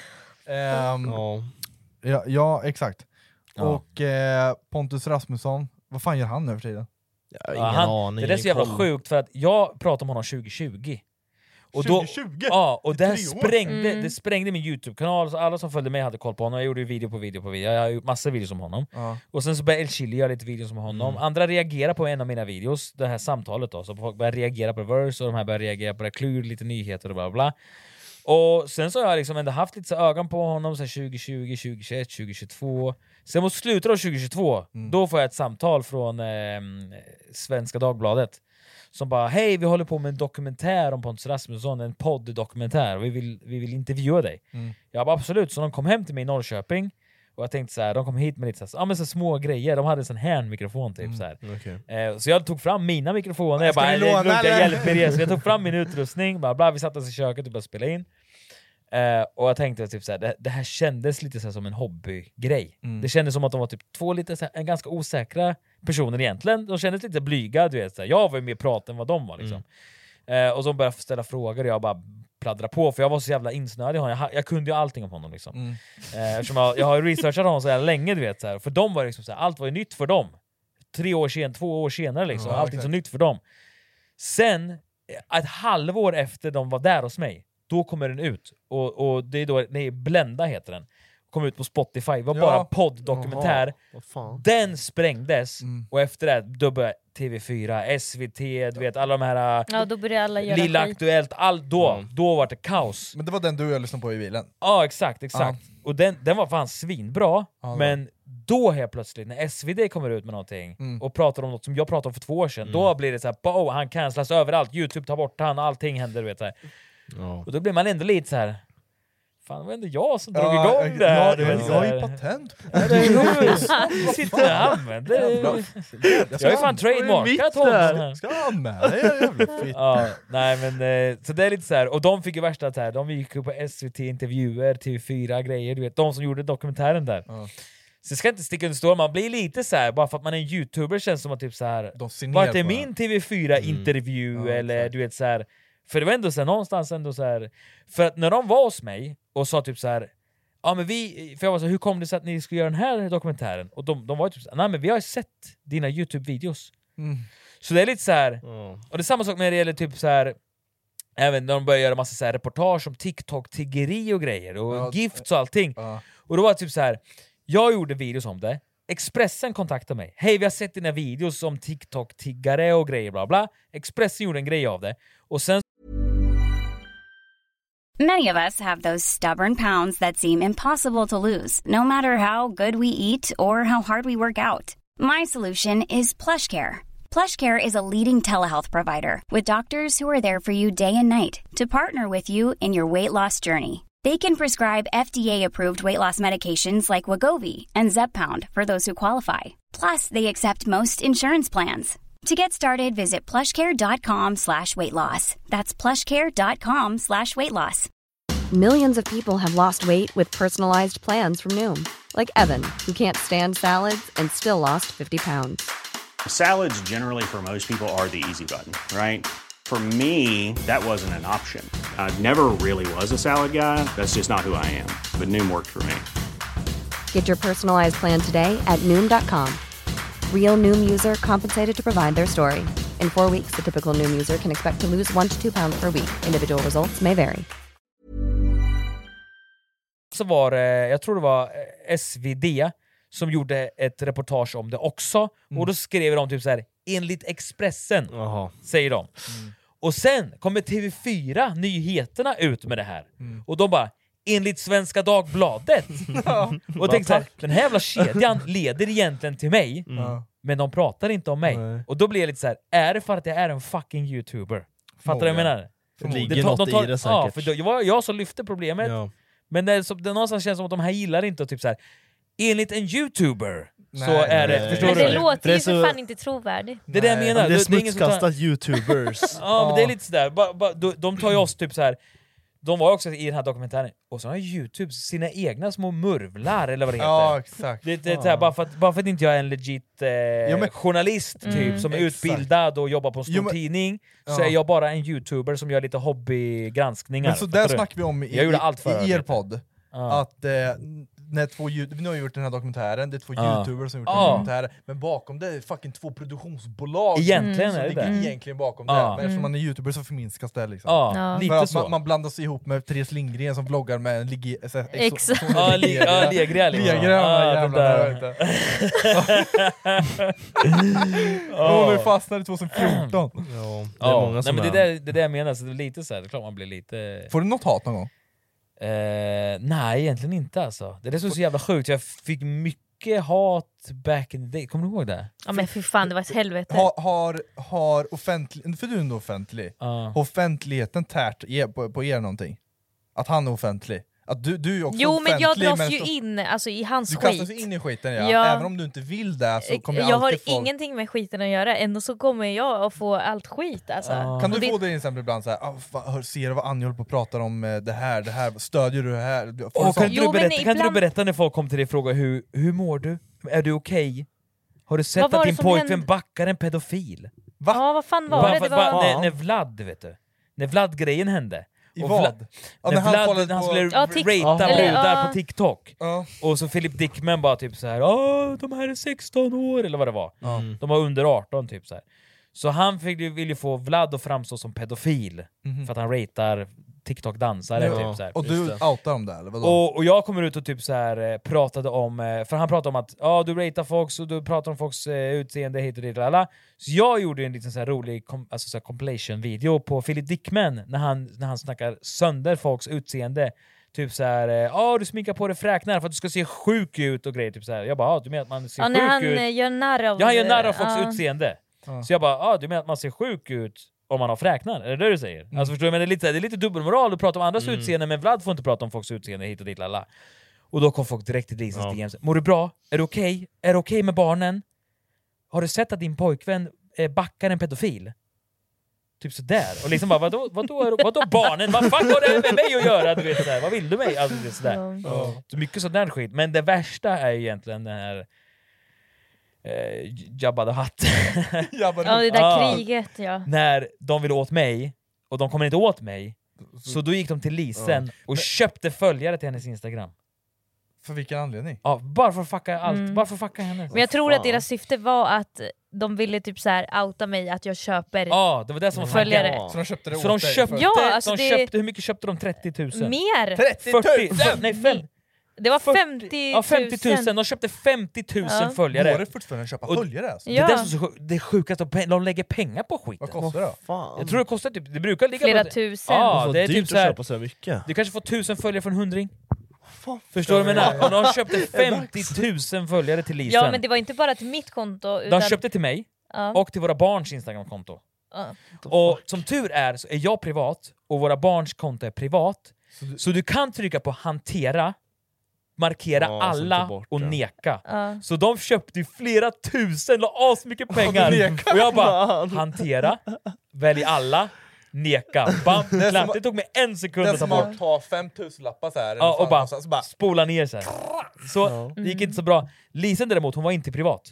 Ja, exakt. Och Pontus Rasmusson, vad fan gör han nu för tiden? Det är så jävla sjukt, för att jag pratade om honom 2020. Och 2020? Ja, och det sprängde min YouTube-kanal, så alla som följde mig hade koll på honom. Jag gjorde video på video. Jag har gjort massa videos om honom. Och sen så började El Chili göra lite videos om honom. Andra reagerar på en av mina videos, det här samtalet då. Så folk började reagera på Verse, och de här började reagera på det, Klur, lite nyheter och bla bla. Och sen så har jag liksom ändå haft lite så ögon på honom sen 2020, 2021, 2022. Sen mot slutet av 2022, då får jag ett samtal från Svenska Dagbladet som bara, hej, vi håller på med en dokumentär om Pontus Rasmusson, en podd-dokumentär, och vi vill intervjua dig. Jag bara, absolut. Så de kom hem till mig i Norrköping, och jag tänkte så här, de kom hit med lite så små grejer. De hade en sån här mikrofon typ så här. Så jag tog fram mina mikrofoner. Jag bara, hjälp mig. Så jag tog fram min utrustning, bla, vi satt oss i köket och började spela in. Och jag tänkte typ så här, det här kändes lite så här som en hobbygrej. Det kändes som att de var typ två lite så här, ganska osäkra personer egentligen. De kändes lite blyga, du vet så här. Jag var ju mer prat än vad de var liksom. Och så började jag ställa frågor, och jag bara pladdra på, för jag var så jävla insnöad i honom. Jag kunde ju allting om honom liksom. Eftersom jag har researchat honom så jävla länge, du vet så här. För dem var det liksom så här, allt var ju nytt för dem. 2 år senare liksom, allting så nytt för dem. Sen ett halvår efter de var där hos mig, då kommer den ut, och det är då, Blenda heter den, kom ut på Spotify, det var bara podd-dokumentär. Den sprängdes, och efter det då började TV4, SVT, du vet, alla de här, då började alla göra Lilla skit. Aktuellt, då var det kaos. Men det var den du och jag lyssnade på i bilen. Ja, exakt. Och den var fan svinbra, men då helt plötsligt när SVD kommer ut med någonting och pratar om något som jag pratade om för 2 år sedan, då blir det så här, han cancelas överallt, YouTube tar bort han, allting händer, du vet så här. Och då blir man ändå lite så här, fan, det var ändå jag som drog igång det här. Jag har ju patent på det. Sitter och använder. Jag är fan trademarkat honom. Ska ha med det, jävla fitt. Nej men, så det är lite så här, och de fick ju värsta så här, de gick upp på SVT-intervjuer, TV4 grejer, du vet, de som gjorde dokumentären där. Så jag ska inte sticka under stol, man blir lite så här, bara för att man är en YouTuber känns som att typ så här, vart är min TV4-intervju, eller du vet så här. För det var ändå så här, någonstans ändå så här, för att när de var hos mig och sa typ så här, ja men för jag var så här, hur kom det sig att ni skulle göra den här dokumentären? Och de var ju typ så här, nej men vi har ju sett dina YouTube-videos. Så det är lite så här, och det är samma sak när det gäller typ så här, även när de börjar göra massa så här reportage om TikTok-tiggeri och grejer och gifts och allting. Och då var det typ så här, jag gjorde videos om det, Expressen kontaktade mig. Hej, vi har sett dina videos om TikTok-tiggare och grejer, bla bla. Expressen gjorde en grej av det. Och sen... Many of us have those stubborn pounds that seem impossible to lose, no matter how good we eat or how hard we work out. My solution is PlushCare. PlushCare is a leading telehealth provider with doctors who are there for you day and night to partner with you in your weight loss journey. They can prescribe FDA-approved weight loss medications like Wegovy and Zepbound for those who qualify. Plus, they accept most insurance plans. To get started, visit plushcare.com/weightloss. That's plushcare.com/weightloss. Millions of people have lost weight with personalized plans from Noom. Like Evan, who can't stand salads and still lost 50 pounds. Salads generally for most people are the easy button, right? For me, that wasn't an option. I never really was a salad guy. That's just not who I am. But Noom worked for me. Get your personalized plan today at Noom.com. Real Noom user compensated to provide their story. In 4 weeks, the typical Noom user can expect to lose 1 to 2 pounds per week. Individual results may vary. Så var det, jag tror det var SvD som gjorde ett reportage om det också. Och då skrev de typ så här: enligt Expressen, säger de. Och sen kommer TV4 nyheterna ut med det här. Och de bara, enligt Svenska Dagbladet. Och tänkte så här, den här jävla kedjan leder egentligen till mig. Men de pratar inte om mig. Och då blir jag lite så här: är det för att jag är en fucking YouTuber? Fattar du vad jag menar? Det ligger något i det säkert. Ja, för det var jag som lyfte problemet. Ja. Men det någonstans känns som att de här gillar inte att typ så här, enligt en YouTuber så är det, förstår men du? det låter ju för fan inte trovärdigt. Det är det jag menar. Det är smutskastat YouTubers. Ja, men det är lite sådär. De tar ju oss typ så här. De var också i den här dokumentären. Och så har YouTube sina egna små murvlar, eller vad det heter. Ja, exakt. Det är såhär, bara för att inte jag är en legit journalist typ, som är utbildad och jobbar på en stor tidning, så är jag bara en YouTuber som gör lite hobbygranskningar. Men så där snackar vi om i er podd. Att när nu har gjort den här dokumentären, det är 2 YouTubers som gjort den här dokumentären, men bakom det är fucking 2 produktionsbolag egentligen som ligger egentligen bakom det. Men eftersom man är YouTuber så förminskas det liksom. Lite för att så. man blandas ihop med Therese Lindgren som vloggar med en Legria Hon var fastnade 2014. Men det är det jag menar, så det är lite så här, det är klart man blir lite... Får du något hat någon gång? Nej, egentligen inte alltså. Det är så jävla sjukt. Jag fick mycket hat back in the day. Kommer du ihåg det? Ja men för fan, det var ett helvete. Har offentlig, för du är ändå offentlig, har offentligheten tärt på er någonting? Att han är offentlig? Att du är också jo offentlig, men jag dras ju in alltså, i hans skit. Du kastas in i skiten, ja. Även om du inte vill det så kommer jag har ingenting med skiten att göra. Ändå så kommer jag att få allt skit alltså. Kan du få det exempel ibland såhär, ser du vad Annie håller på och pratar om det här, stödjer du det här? Kan du berätta när folk kommer till dig och frågar hur mår du? Är du okej? Har du sett att din pojkvän backar en pedofil? Va? Ja, vad fan var det? När Vlad, vet du. När Vlad-grejen hände. I vad? När han skulle ratea brudar på TikTok. Och så Philip Dickman bara typ så här: de här är 16 år, eller vad det var. De var under 18 typ så här. Så han vill ju få Vlad att framstå som pedofil för att han ratear TikTok-dansare typ så här. Och du outar om det eller vadå? Och jag kommer ut och typ så här pratade om, för han pratade om att du ratear folks och du pratar om folks utseende hit och dit, alla. Så jag gjorde en liten så här rolig compilation-video på Philip Dickman när han snackar sönder folks utseende. Typ så här, du sminkar på dig fräknar för att du ska se sjuk ut och grejer typ så här. Jag bara, du menar att man ser sjuk ut? Han gör narr av han gör narr av folks utseende. Så jag bara, du menar att man ser sjuk ut om man har fräknar? Är det det du säger? Alltså förstår du, men det är lite dubbelmoral att prata om andras utseende, men Vlad får inte prata om folks utseende hit och dit, lalla. Och då kom folk direkt till Lisans DMs. Mår du bra? Är du okej? Är du okej med barnen? Har du sett att din pojkvän backar en pedofil? Typ sådär. Och liksom bara, vadå barnen? Vad fan har det med mig att göra? Du vet, sådär. Vad vill du mig? Alltså, det är sådär. Så mycket sådär skit. Men det värsta är ju egentligen den här Jabba the Hutt. Ja, det där kriget, ja. När de ville åt mig, och de kommer inte åt mig, så då gick de till Lisen och köpte följare till hennes Instagram. För vilken anledning? Ja, bara för att fucka allt. Bara för att fucka henne. Men jag tror att deras syfte var att de ville typ så här outa mig, att jag köper det var det som var följare. Så de köpte det så åt de dig? köpte, alltså hur mycket köpte de? 30 000? Mer! 30 000? 40, nej 5. Det var 50 000. Ja, 50 000. De köpte 50 000 följare. Var det fortfarande att köpa följare? Alltså? Ja. Det är sjukt att de lägger pengar på skiten. Vad kostar det då? Jag tror det kostar typ, det brukar ligga flera på tusen. Ja, det är dyrt typ så här, att köpa så mycket. Du kanske får 1000 följare för 100. Förstår du vad jag menar? Och de köpte 50 000 följare till Lisen. Ja, men det var inte bara till mitt konto. De köpte till mig och till våra barns Instagram-konto. Och som tur är så är jag privat och våra barns konto är privat. Så du kan trycka på hantera, markera alla och neka. Så de köpte ju flera tusen, la asmycket pengar. Och jag bara, hantera, välj alla, neka. Bam, det tog mig 1 sekund att ta 5000 lappar så här. Och bara spola ner så här. Så det gick inte så bra. Lisen däremot, hon var inte privat.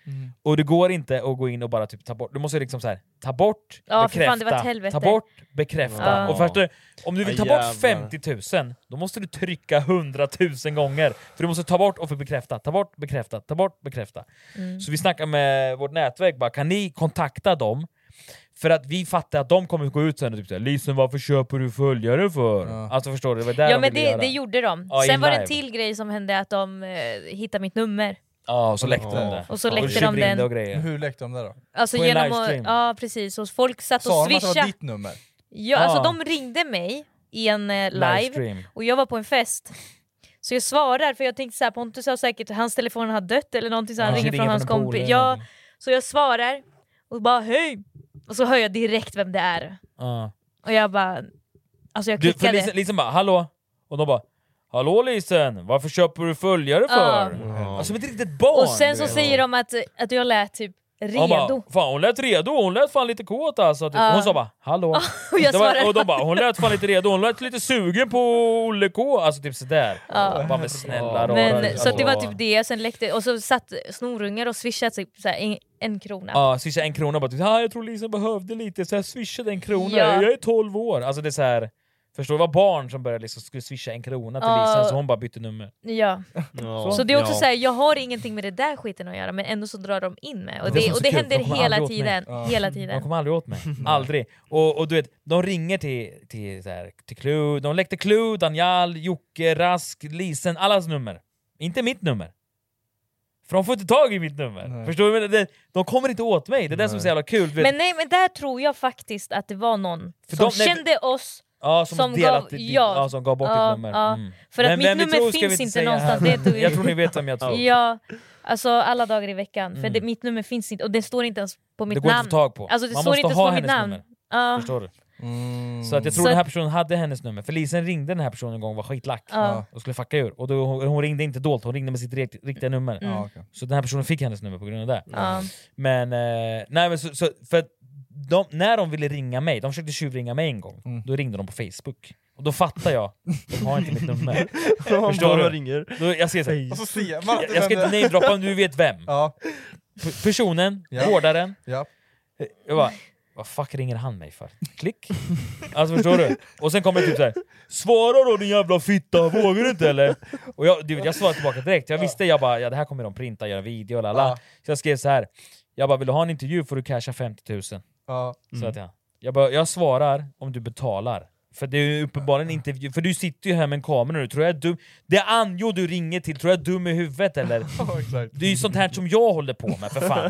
Och det går inte att gå in och bara typ ta bort. Du måste liksom så här ta bort, bekräfta, fan, det var ett helvete. ta bort, bekräfta. Och först, om du vill ta bort 50 000, då måste du trycka 100 000 gånger. För du måste ta bort och få bekräfta, ta bort, bekräfta, ta bort, bekräfta. Så vi snackar med vårt nätverk, bara, kan ni kontakta dem? För att vi fattar att de kommer gå ut sen och typ såhär, Lisen, varför köper du följare för? Alltså förstår du, det var där men det gjorde de. Sen var det en till grej som hände, att de hittade mitt nummer. Ja, och så läckte de det. Och så läckte de den. Hur läckte de det då? Alltså på genom att, precis, och folk satt och swishade. Sa de att det var ditt nummer? Ja, alltså de ringde mig i en live och jag var på en fest. Så jag svarar, för jag tänkte såhär, Pontus sa säkert att hans telefon har dött eller någonting, så han ringer från hans kompis. Ja, så jag svarar och bara hej. Och så hör jag direkt vem det är. Och jag bara, alltså jag klickade. För Lisen bara, hallå? Och de bara, hallå Lisen, varför köper du följare för? Alltså men det är inte ett barn. Och sen så säger de att jag lät typ redo. Bara, fan hon lät redo, hon lät fan lite kåt alltså. Typ. Hon sa bara, hallå. Och de bara, hon lät fan lite redo, hon lät lite sugen på Olle K. Alltså typ sådär. Bara med snälla men, så det var typ det, sen läckte. Och så satt snorungar och swishade typ såhär, en krona. Ja, swishade 1 krona. Bara typ, jag tror Lisa behövde lite, så jag swishade 1 krona. Jag är 12 år. Alltså det är så här. Förstår du, vad barn som började liksom, skulle swisha 1 krona till Lisa, så hon bara bytte nummer. Ja. Så det är också så här, jag har ingenting med det där skiten att göra, men ändå så drar de in mig. Och det händer hela tiden. Hela tiden. De kommer aldrig åt mig. Aldrig. Och du vet, de ringer till Clue, de läckte Clue, Daniel, Jocke, Rask, Lisen, allas nummer. Inte mitt nummer. För de får inte tag i mitt nummer. Nej. Förstår du? De kommer inte åt mig. Det är det som är så jävla kul. Men där tror jag faktiskt att det var någon som kände oss. Som gav bort ditt nummer. För att mitt nummer finns inte någonstans. Jag tror ni vet vem jag tror. Ja, alltså alla dagar i veckan. För mitt nummer finns inte, och det står inte ens på mitt namn. Det går inte att få tag på. Alltså, det man står måste inte ha på hennes mitt namn. Nummer. Förstår du? Så att jag tror den här personen hade hennes nummer. För Lisen ringde den här personen en gång och var skitlack och skulle fucka ur. Och då, hon ringde inte dolt, hon ringde med sitt riktiga nummer. Så den här personen fick hennes nummer på grund av det. Men nej, men så för när de ville ringa mig, de försökte tjuvringa mig en gång. Då ringde de på Facebook. Och då fattar jag, de har inte mitt nummer. Förstår du? Ringer. Då, jag ska inte namedroppa om du vet vem. Personen, vårdaren. Jag bara, vad fuck ringer han mig för? Klick. Alltså förstår du? Och sen kommer det typ så här: svara då din jävla fitta, vågar du inte eller? Och jag svarade tillbaka direkt. Jag visste, jag bara, det här kommer de printa, göra video lala. Så jag skrev så här: jag bara, vill du ha en intervju får du casha 50 000. Så att jag svarar om du betalar. För det är ju uppenbarligen inte, för du sitter ju här med en kamera nu, tror jag är dum. Det är Anjo du ringer till, tror jag är dum i huvudet eller? Det är ju sånt här som jag håller på med, för fan.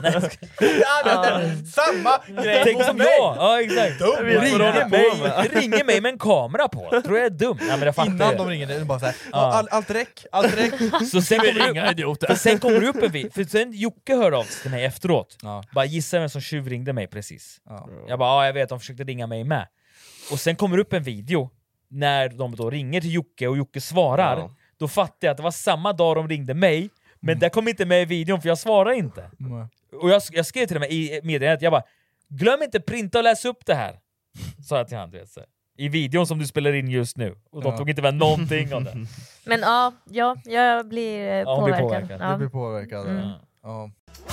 Samma grej. Tänk som jag. Ja, exakt. Ringer mig med en kamera på. Tror jag är dum. Ja, men jag fattar. Innan de ringer, det är bara så här, allt räck. Så sen kommer det upp en vid. För sen Jocke hör av sig till mig efteråt. Bara gissa vem som tjuvringde mig precis. Jag bara, jag vet, de försökte ringa mig med. Och sen kommer upp en video när de då ringer till Jocke och Jocke svarar. Då fattar jag att det var samma dag de ringde mig. Men det kom inte med i videon för jag svarar inte. Och jag skrev till dem i meddelandet, jag bara, glöm inte printa och läsa upp det här. Sa jag till han, vet, i videon som du spelar in just nu. Och de tog inte med någonting av det. Men jag blir påverkad. Du blir påverkad. Ja.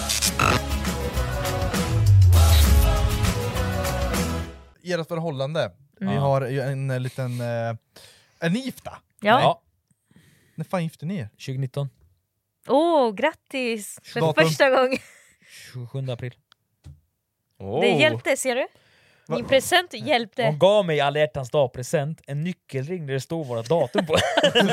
Ert förhållande. Vi har ju en liten... Är ni gifta? Ja. När fan gifte ni er? 2019. Grattis! För första gången. 27 april. Det hjälpte, ser du? Min present hjälpte. Hon gav mig alla hjärtans dag-present en nyckelring där det stod våra datum på.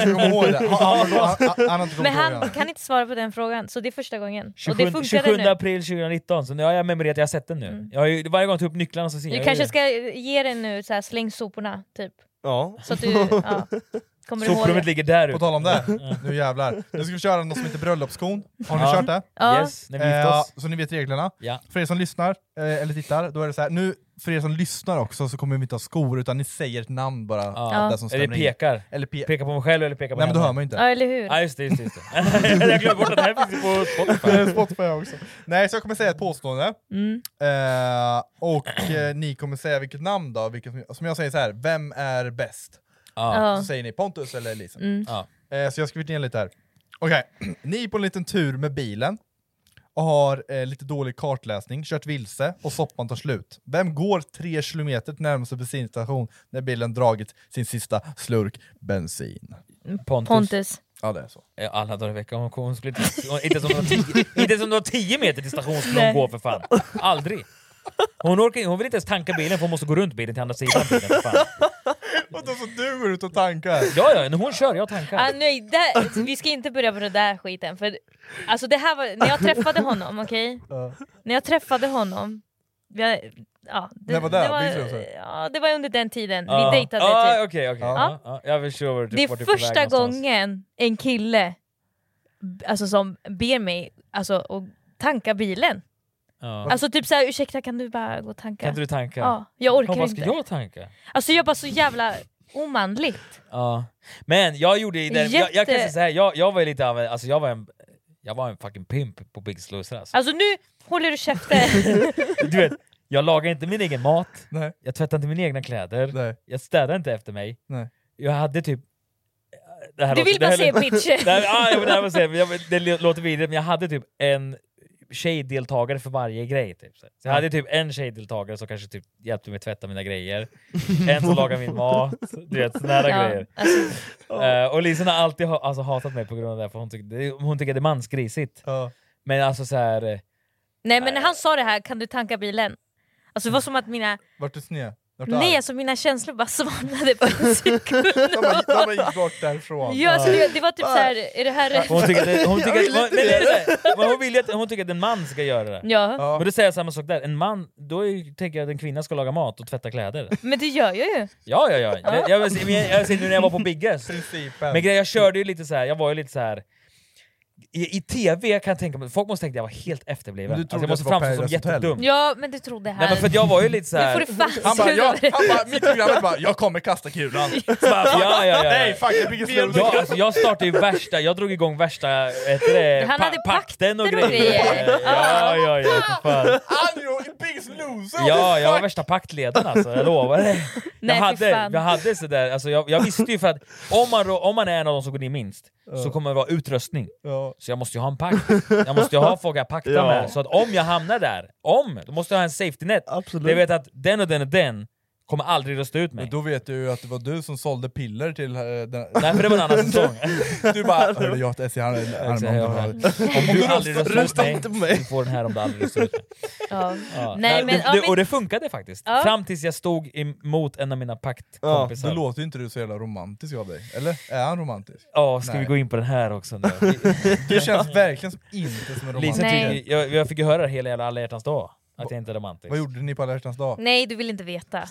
Men han kan inte svara på den frågan, så det är första gången. 27 och det 27 april 2019, så nu har jag memorerat, jag har sett den nu. Jag har ju varje gång tagit upp nycklarna så ser du kanske ska ge den nu, så här, släng soporna typ. Så att du kommer soprummet ligger där ute. På tal om det, nu jävlar. Nu ska vi köra något som heter bröllopskon. Har ni kört det? Yes, när vi gifter oss. Så ni vet reglerna. För er som lyssnar eller tittar, då är det så här. Nu för er som lyssnar också så kommer vi inte ha skor, utan ni säger ett namn bara. Där som eller pekar. Eller pekar på mig själv eller pekar på henne. Nej, men då hör man inte. Ja, eller hur? Ja, just det. Jag glömde bort att det här finns på Spotify. Spotify också. Nej, så jag kommer säga ett påstående. Och ni kommer säga vilket namn då. Som jag säger så här, vem är bäst? Så säger ni Pontus eller Lisen. Så jag har skrivit ner lite här. Okej, ni är på en liten tur med bilen. har lite dålig kartläsning, kört vilse och soppan tar slut. Vem går 3 kilometer till närmaste bensinstation när bilen dragit sin sista slurk bensin? Pontus. Ja, det är så. Alla dagar i veckan. Hon skulle inte som du har 10 meter till stationen skulle hon gå för fan. Aldrig. Hon vill inte ens tanka bilen för hon måste gå runt bilen till andra sidan bilen för fan. Och då så du går ut och tankar? Ja, när hon kör, jag tankar. Nej, vi ska inte börja på det där skiten. För, alltså det här var, när jag träffade honom, okej? När jag träffade honom... Det var under den tiden. Vi dejtade typ. Okej. Jag förstår det är första gången en kille alltså, som ber mig alltså, att tanka bilen. Alltså typ såhär, ursäkta kan du bara gå och tanka? Kan du tanka? Ja, jag orkar inte. Vad ska jag tanka? Alltså jag bara så jävla omanligt. Ja. Men jag gjorde ju den, jag kan säga så här, jag var lite av alltså jag var en fucking pimp på Big Sluicer alltså nu håller du käften. Du vet, jag lagar inte min egen mat. Nej. Jag tvättar inte mina egna kläder. Nej. Jag städar inte efter mig. Nej. Jag hade typ du vill bara se bitch. Det låter vidare, men jag hade typ en tjejdeltagare för varje grej typ. Så jag hade typ en tjejdeltagare som kanske typ hjälpte mig tvätta mina grejer. En som lagade min mat. Du vet, såna här grejer. Alltså. Och Lisa har alltid hatat mig på grund av det. För hon tycker det är mansgrisigt. Men alltså så här. Nej men när han sa det här, kan du tanka bilen? Alltså det var som att mina... Vart du sned? Nej, alltså mina känslor bara svalnade på en sekund. De gick bort därifrån. Ja, alltså det var typ såhär, är det här rätt? Hon tycker att en man ska göra det. Ja. Men då säger jag samma sak där. En man, då tänker jag att en kvinna ska laga mat och tvätta kläder. Men det gör jag ju. Ja. Jag ser nu när jag var på Biggest. Men jag körde ju lite så här. Jag var ju lite så här. I tv kan jag tänka mig, folk måste tänka att jag var helt efterbliven. Alltså jag måste framstå som jättedum. Ja, men du trodde här. Nej, men för jag var ju lite så här. Nu får du fast. Han bara, mitt programmet bara, jag kommer kasta kulan. Ja. Nej, fuck, det blir fel. Ja, alltså jag startade ju värsta, jag drog igång värsta han hade pakten och grejer. Ja, för fan. Andrew i Biggest Loser. Ja, jag var värsta paktledaren alltså, jag lovar det. Jag hade sådär, alltså jag visste ju för att om man är en av de som går in minst så kommer det vara utrustning. Så jag måste ju ha en pakt. Jag måste ju ha folk att pakta med. Så att om jag hamnar där, då måste jag ha en safety net. Absolut. Jag vet att den och den kommer aldrig rösta ut mig. Men då vet du ju att det var du som sålde piller till den... Nej, för det var en annan säsong. Du bara, hörde jag att SC om du aldrig röstar ut mig, du får den här om du aldrig röstar ut mig. Och det funkade faktiskt. Fram tills jag stod emot en av mina paktkompisar. Då låter ju inte du så jävla romantisk av dig. Eller? Är han romantisk? Ja, ska vi gå in på den här också nu? Det känns verkligen som inte som en romantisk. Jag fick ju höra det hela alla hjärtans dag. Att jag inte är romantisk. Vad gjorde ni på alla hjärtans dag? Nej, du vill inte veta.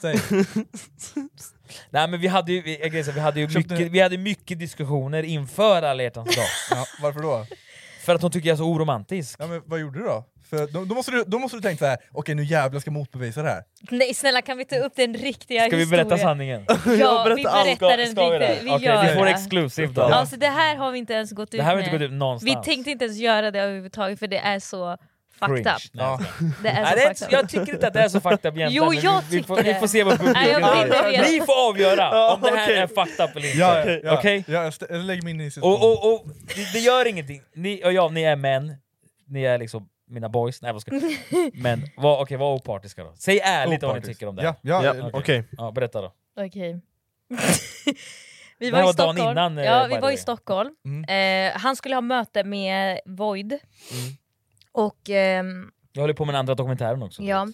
Nej, men vi hade mycket diskussioner inför alla hjärtans dag. Ja, varför då? För att hon tycker jag är så oromantisk. Ja, men vad gjorde du då? För då måste du tänka så här: okej, nu jävlar ska motbevisa det här. Nej, snälla, kan vi ta upp den riktiga historien? Ska vi berätta sanningen? Ja, vi berättar den riktiga. Okej, vi får exklusivt då. Alltså det här har vi inte ens gått ut med. Det här har vi inte gått ut någonstans. Vi tänkte inte ens göra det överhuvudtaget för det är så fucked up. Ja. Det är så jag tycker inte att det är så fucked up egentligen. Jo, jag tycker det. Vi får se vad publiken Ni får avgöra om det här är fucked up eller inte. Okej? Ja, jag lägger min i och det gör ingenting. Ni är män. Ni är liksom mina boys. Nej, vad ska men var opartiska då. Säg ärligt vad ni tycker om det. Okej. Ja, berätta då. Okej. Vi var i Stockholm. Vi var i Stockholm. Han skulle ha möte med Void. Och jag håller på med den andra dokumentären också. Ja.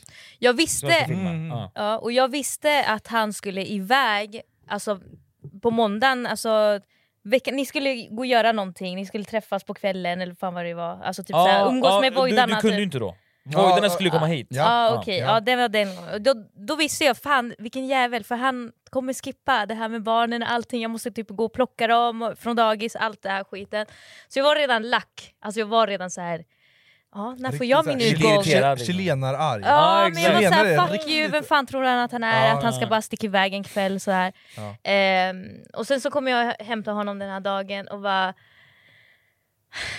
Jag visste att han skulle iväg alltså på måndagen, alltså ni skulle gå och göra någonting, ni skulle träffas på kvällen eller fan vad det var. Alltså typ så här, umgås med Voidarna. Du kunde ju inte då. Voidarna skulle komma hit. Okej. Det var den. Då visste jag, fan vilken jävel, för han kommer skippa det här med barnen och allting. Jag måste typ gå och plocka dem från dagis, allt det här skiten. Så jag var redan lack. Alltså jag var redan så här. Ja, när får jag min utgång? Chilenararg. Ja, men jag var såhär, fuck you, vem fan tror han att han är? Att han ska bara sticka iväg en kväll så här. Och sen så kommer jag hämta honom den här dagen och bara...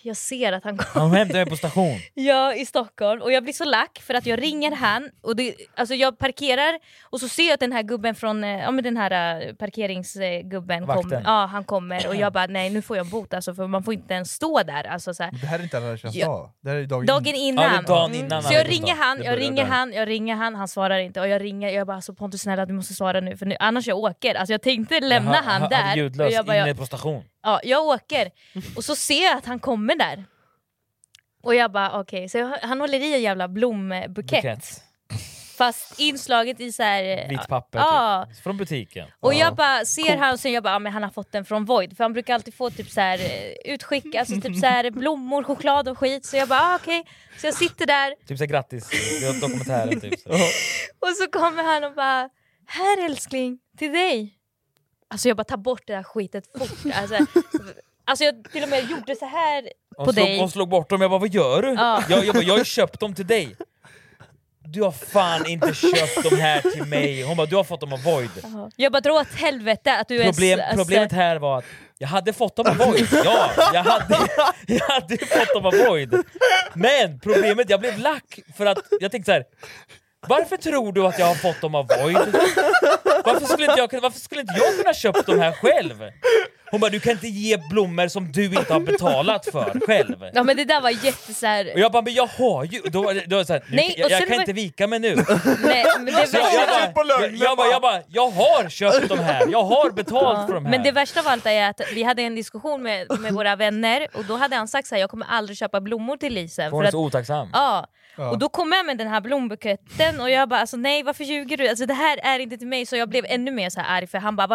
jag ser att han kommer. Han hämtar mig på station. Ja, i Stockholm. Och jag blir så lack för att jag ringer han. Och alltså jag parkerar och så ser jag att den här gubben från den här parkeringsgubben kommer. Ja, han kommer. Och jag bara, nej nu får jag bot alltså, för man får inte ens stå där. Alltså, så här. Det här är inte alla känns dag. Det här är dagen innan. Dagen innan. Så jag ringer han, han svarar inte. Och jag bara, alltså Pontus snälla du måste svara nu. För nu, annars jag åker. Alltså jag tänkte lämna han där. Ljudlös, jag bara, inne på station. Ja, jag åker. Och så ser jag att han kommer där. Och jag bara, okej. Så han håller i en jävla blombukett. Fast inslaget i så här vitt papper typ. Från butiken. Och jag bara ser han och sen jag bara, men han har fått den från Void. För han brukar alltid få typ så här utskick, alltså typ så här blommor, choklad och skit. Så jag bara, okej. Så jag sitter där. Typ så här, grattis, det var dokumentären typ. Så. Och så kommer han och bara, här älskling, till dig. Alltså jag bara tar bort det där skitet fort. Alltså jag till och med gjorde så här på dig. Hon slog bort dem, jag bara, vad gör du? Ja. Jag har köpt dem till dig. Du har fan inte köpt dem här till mig. Hon bara, du har fått dem av Void. Jag bara, dra åt helvete att du Problemet här var att jag hade fått dem av Void. Ja, jag hade fått dem av Void. Men problemet, jag blev lack för att jag tänkte så här. Varför tror du att jag har fått dem av Void? Varför skulle inte jag kunna köpt dem här själv? Hon bara, du kan inte ge blommor som du inte har betalat för själv. Ja men det där var jättesär. Och jag bara, men jag har ju då så här, nej, jag kan inte vika mig nu. Nej, men det jag har köpt dem här. Jag har betalt för dem här. Men det värsta av allt är att vi hade en diskussion med våra vänner. Och då hade han sagt så här, jag kommer aldrig köpa blommor till Lisen. Hon är så otacksam. Ja. Och då kom jag med den här blombuketten och jag bara, alltså nej varför ljuger du? Alltså det här är inte till mig. Så jag blev ännu mer så här arg för han bara,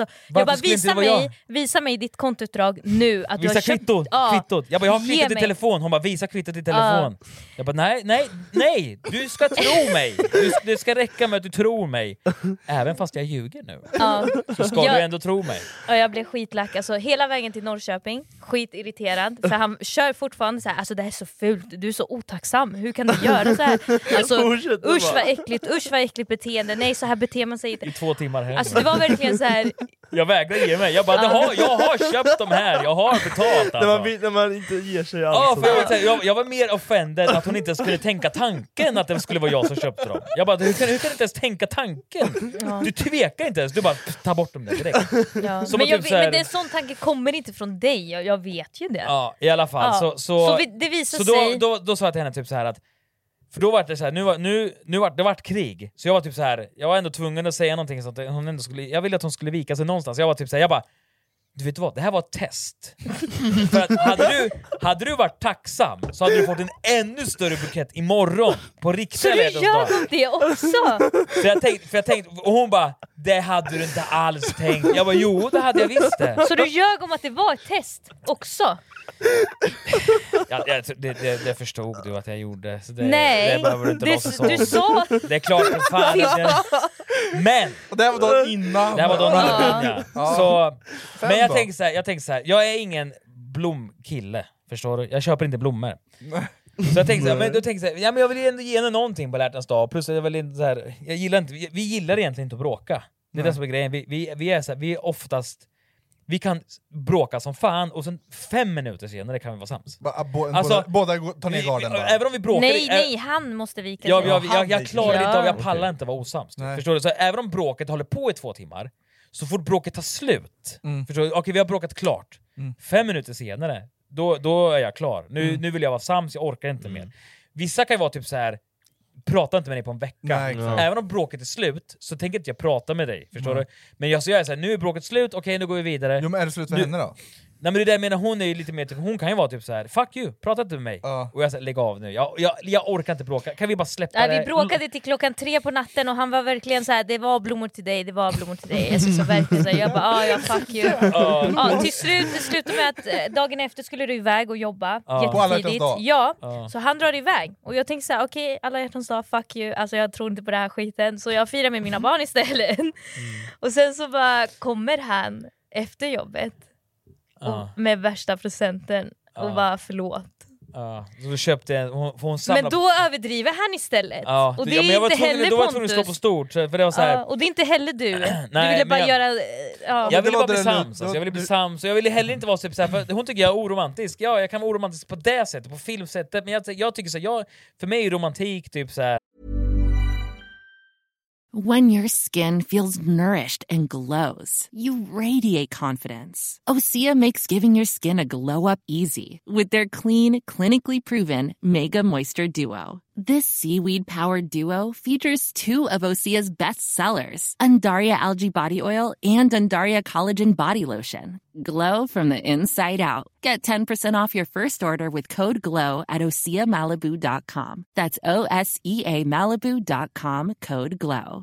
visa mig ditt kontoutdrag nu att visa kvittot. Jag bara, jag har kvittot i telefon. Hon bara, visa kvittot i telefon. Jag bara, nej, du ska tro mig. Det ska räcka med att du tror mig. Även fast jag ljuger nu. Så ska du ändå tro mig. Och jag blev skitlack, alltså hela vägen till Norrköping. Skitirriterad, för han kör fortfarande så här, alltså det här är så fult, du är så otacksam. Hur kan du göra så här? Alltså, usch vad äckligt beteende. Nej, så här beter man sig inte. I 2 timmar hem. Alltså det var verkligen så här. Jag vägrar ge mig. Jag bara, jag har köpt dem här. Jag har betalt alltså. När man inte ger sig alls. Jag var mer offended att hon inte skulle tänka tanken att det skulle vara jag som köpte dem. Jag bara, hur kan du inte ens tänka tanken? Du tvekar inte ens. Du bara, ta bort dem där direkt. Ja. Men det är sån tanke kommer inte från dig. Jag vet ju det. Ja, i alla fall. Det visar sig. Då sa jag till henne typ så här att, för då var det så här, det vart krig. Så jag var typ så här, jag var ändå tvungen att säga någonting så att hon ändå skulle, jag ville att hon skulle vika sig någonstans. Jag var typ så här, jag bara, du vet vad, det här var ett test. För att hade du varit tacksam så hade du fått en ännu större bukett imorgon på riktigt. Så du gör det också? För jag tänkte, och hon bara, det hade du inte alls tänkt. Jag bara, jo det hade jag visst det. Så du ljög om att det var ett test också? Ja, det förstod du att jag gjorde. Så nej, du sa. Det är klart som fan att jag... Men det här var dagen innan. Ja. Så, men jag tänker så här, jag är ingen blomkille, förstår du? Jag köper inte blommor. Så jag tänkte så här, men jag vill ändå ge henne någonting på lärtans dag. Plus jag vill inte så här, vi gillar egentligen inte att bråka. Det är det som är grejen. Vi är så här, vi är oftast, vi kan bråka som fan och sen 5 minuter senare kan vi vara sams. Båda tar ner garden bara. Även om vi bråkar... Nej, han måste vika sig. Jag klarar inte av, jag pallar inte vara osams. Förstår du? Så även om bråket håller på i 2 timmar, så fort bråket tar slut, förstår du? Okej, vi har bråkat klart. 5 minuter senare, då är jag klar. Nu vill jag vara sams, jag orkar inte mer. Vissa kan ju vara typ så här, prata inte med dig på en vecka. Nej, även om bråket är slut så tänker inte jag prata med dig, förstår du? Men jag är så här, nu är bråket slut, okej, nu går vi vidare. Jo, men är det slut för henne då? Nej, men det där menar, hon är ju lite mer typ, hon kan ju vara typ så här: fuck you, prata inte med mig. Och jag säger, lägg av nu. Jag orkar inte bråka. Kan vi bara släppa det? Vi bråkade till 3:00 på natten och han var verkligen så här: det var blommor till dig, det var blommor till dig. Jag så verkligen så här, jag bara, ja fuck you. Till slut det slutade med att dagen efter skulle du iväg och jobba jättetidigt. Så han drar iväg och jag tänkte så här: okej, alla hjärtans dag, fuck you. Alltså jag tror inte på det här skiten, så jag firar med mina barn istället. Och sen så bara kommer han efter jobbet med värsta presenten och bara förlåt. Så köpte hon samma... Men då överdriver han istället. Och det är men jag var inte tvungen, heller då var jag tvungen att slå på stort. För det var så här... och det är inte heller du. Nej, du ville bara göra... Jag ville bara bli sams. Jag ville bli sams. Och jag ville heller inte vara så här, för hon tycker jag är oromantisk. Ja, jag kan vara oromantisk på det sättet, på filmsättet. Men jag tycker så här, för mig är romantik typ så här... When your skin feels nourished and glows, you radiate confidence. Osea makes giving your skin a glow-up easy with their clean, clinically proven Mega Moisture Duo. This seaweed-powered duo features 2 of Osea's best sellers, Undaria Algae Body Oil and Undaria Collagen Body Lotion. Glow from the inside out. Get 10% off your first order with code GLOW at OseaMalibu.com. That's OSEAMalibu.com, code GLOW.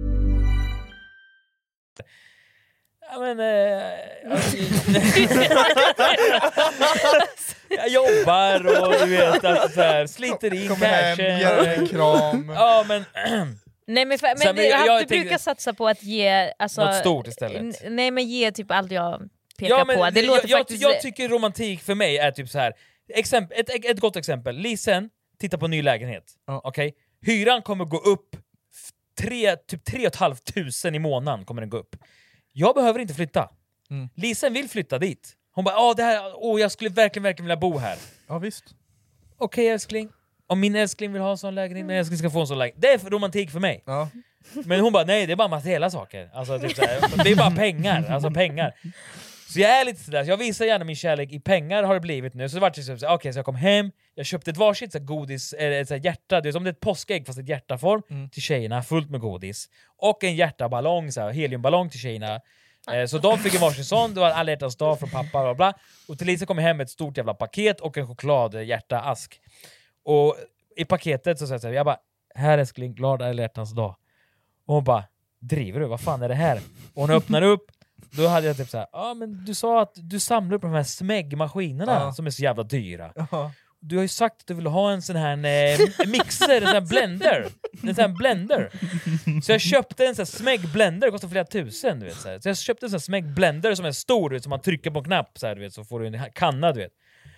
Jag jobbar och du vet att så här, sliter in cashen. Ger en kram. Ja, men nej, men du brukar satsa på att ge något stort istället. Nej, men ge typ allt jag pekar på. Det låter faktiskt... jag tycker romantik för mig är typ så här. Ett gott exempel. Lisen tittar på en ny lägenhet. Okej? Hyran kommer gå upp typ 3 500 i månaden kommer den gå upp. Jag behöver inte flytta. Lisen vill flytta dit. Hon bara, jag skulle verkligen vilja bo här. Ja, visst. Okej, älskling. Om min älskling vill ha en sån lägenhet, min älskling ska få en sån lägenhet. Det är för romantik för mig. Ja. Men hon bara, nej, det är bara materiella saker. Alltså, typ så här, det är bara pengar. Alltså pengar. Så jag är lite sådär, så jag visar gärna min kärlek i pengar har det blivit nu. Så det var det så okej, så jag kom hem, jag köpte ett varsitt så här, godis, ett så här, hjärta, det är som det är ett påskägg fast ett hjärtaform till tjejerna, fullt med godis. Och en hjärtaballong, så här, heliumballong till tjejerna. Så de fick en varsin sån, det var alla hjärtans dag från pappa och bla. Och till Lisa kom jag hem med ett stort jävla paket och en chokladhjärta-ask. Och i paketet så säger jag bara, här älskling, glad alla hjärtans dag. Och hon bara, driver du? Vad fan är det här? Och hon öppnar upp. Då hade jag typ såhär, men du sa att du samlar upp de här smäggmaskinerna som är så jävla dyra. Du har ju sagt att du vill ha en sån här mixer, en sån här blender. En sån här blender. Så jag köpte en sån här smäggblender, det kostar flera tusen, du vet. Så jag köpte en sån här smäggblender som är stor, du vet, som man trycker på en knapp så här, du vet, så får du en kanna, du vet.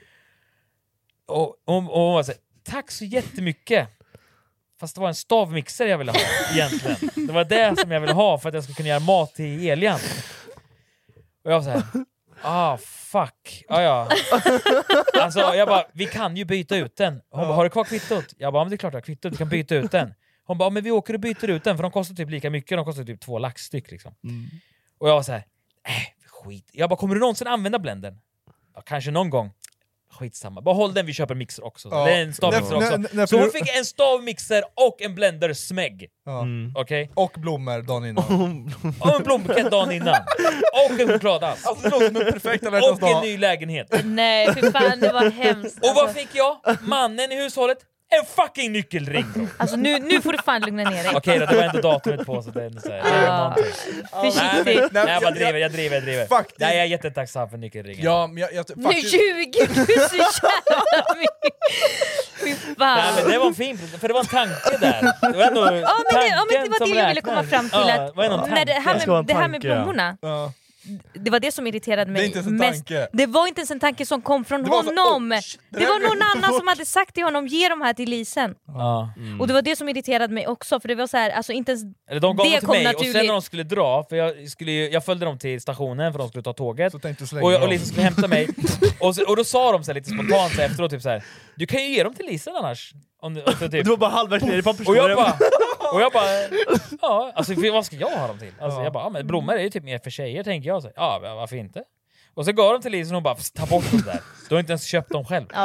Och hon var så här, tack så jättemycket. Fast det var en stavmixer jag ville ha egentligen. Det var det som jag ville ha för att jag skulle kunna göra mat till Elian. Och jag var så här, fuck. Ja. Alltså jag bara, vi kan ju byta ut den. Hon bara, har du kvar kvittot? Jag bara, men det är klart jag har kvittot, du kan byta ut den. Hon bara, men vi åker och byter ut den för de kostar typ lika mycket, de kostar typ 2 laxstyck liksom. Och jag var så här, skit. Jag bara, kommer du någonsin använda blendern? Ja, kanske någon gång. Skitsamma. Bara håll den, vi köper en mixer också. Det är en stavmixer också. Så hon fick en stavmixer och en blender smägg. Okej? Och blommor dagen innan. Och en blombukett dagen innan. Och en chokladask. Alltså, det låter som en perfekt och en ny lägenhet. Nej, för fan, det var hemskt. Och vad fick jag? Mannen i hushållet? En fucking nyckelring, bro. Alltså nu får du fan lugna ner dig. Okej då, det var ändå datumet på så det är så här. Försiktigt. Nej, jag driver. Faktiskt. Nej, jag är jättetacksam för nyckelringen. Ja, men jag nu ljuger du så jävla mycket. Fy fan. Nej, men det var en fin, för det var en tanke där. Det var ändå men det var det jag ville komma fram till. Att när det här med blommorna. Det var det som irriterade mig mest. Det var inte ens en tanke som kom från honom. Det var någon annan som hade sagt till honom, ge de här till Lisen. Och det var det som irriterade mig också. För det var så här, alltså inte ens de gav det till mig naturligt. Och sen när de skulle dra, för jag följde dem till stationen för de skulle ta tåget. Och Lisen skulle hämta mig. och då sa de så här, lite spontant så här, efteråt typ så här, du kan ju ge dem till Lisen annars. Typ. Du var bara halvvägs ner i papperskorgen. Och jag bara, ja, alltså vad ska jag ha dem till? Alltså, jag bara, men blommor är ju typ mer för tjejer, tänker jag. Så, ja, varför inte? Och så gav de till Lisen och bara, ta bort dem där. Du har inte ens köpt dem själv.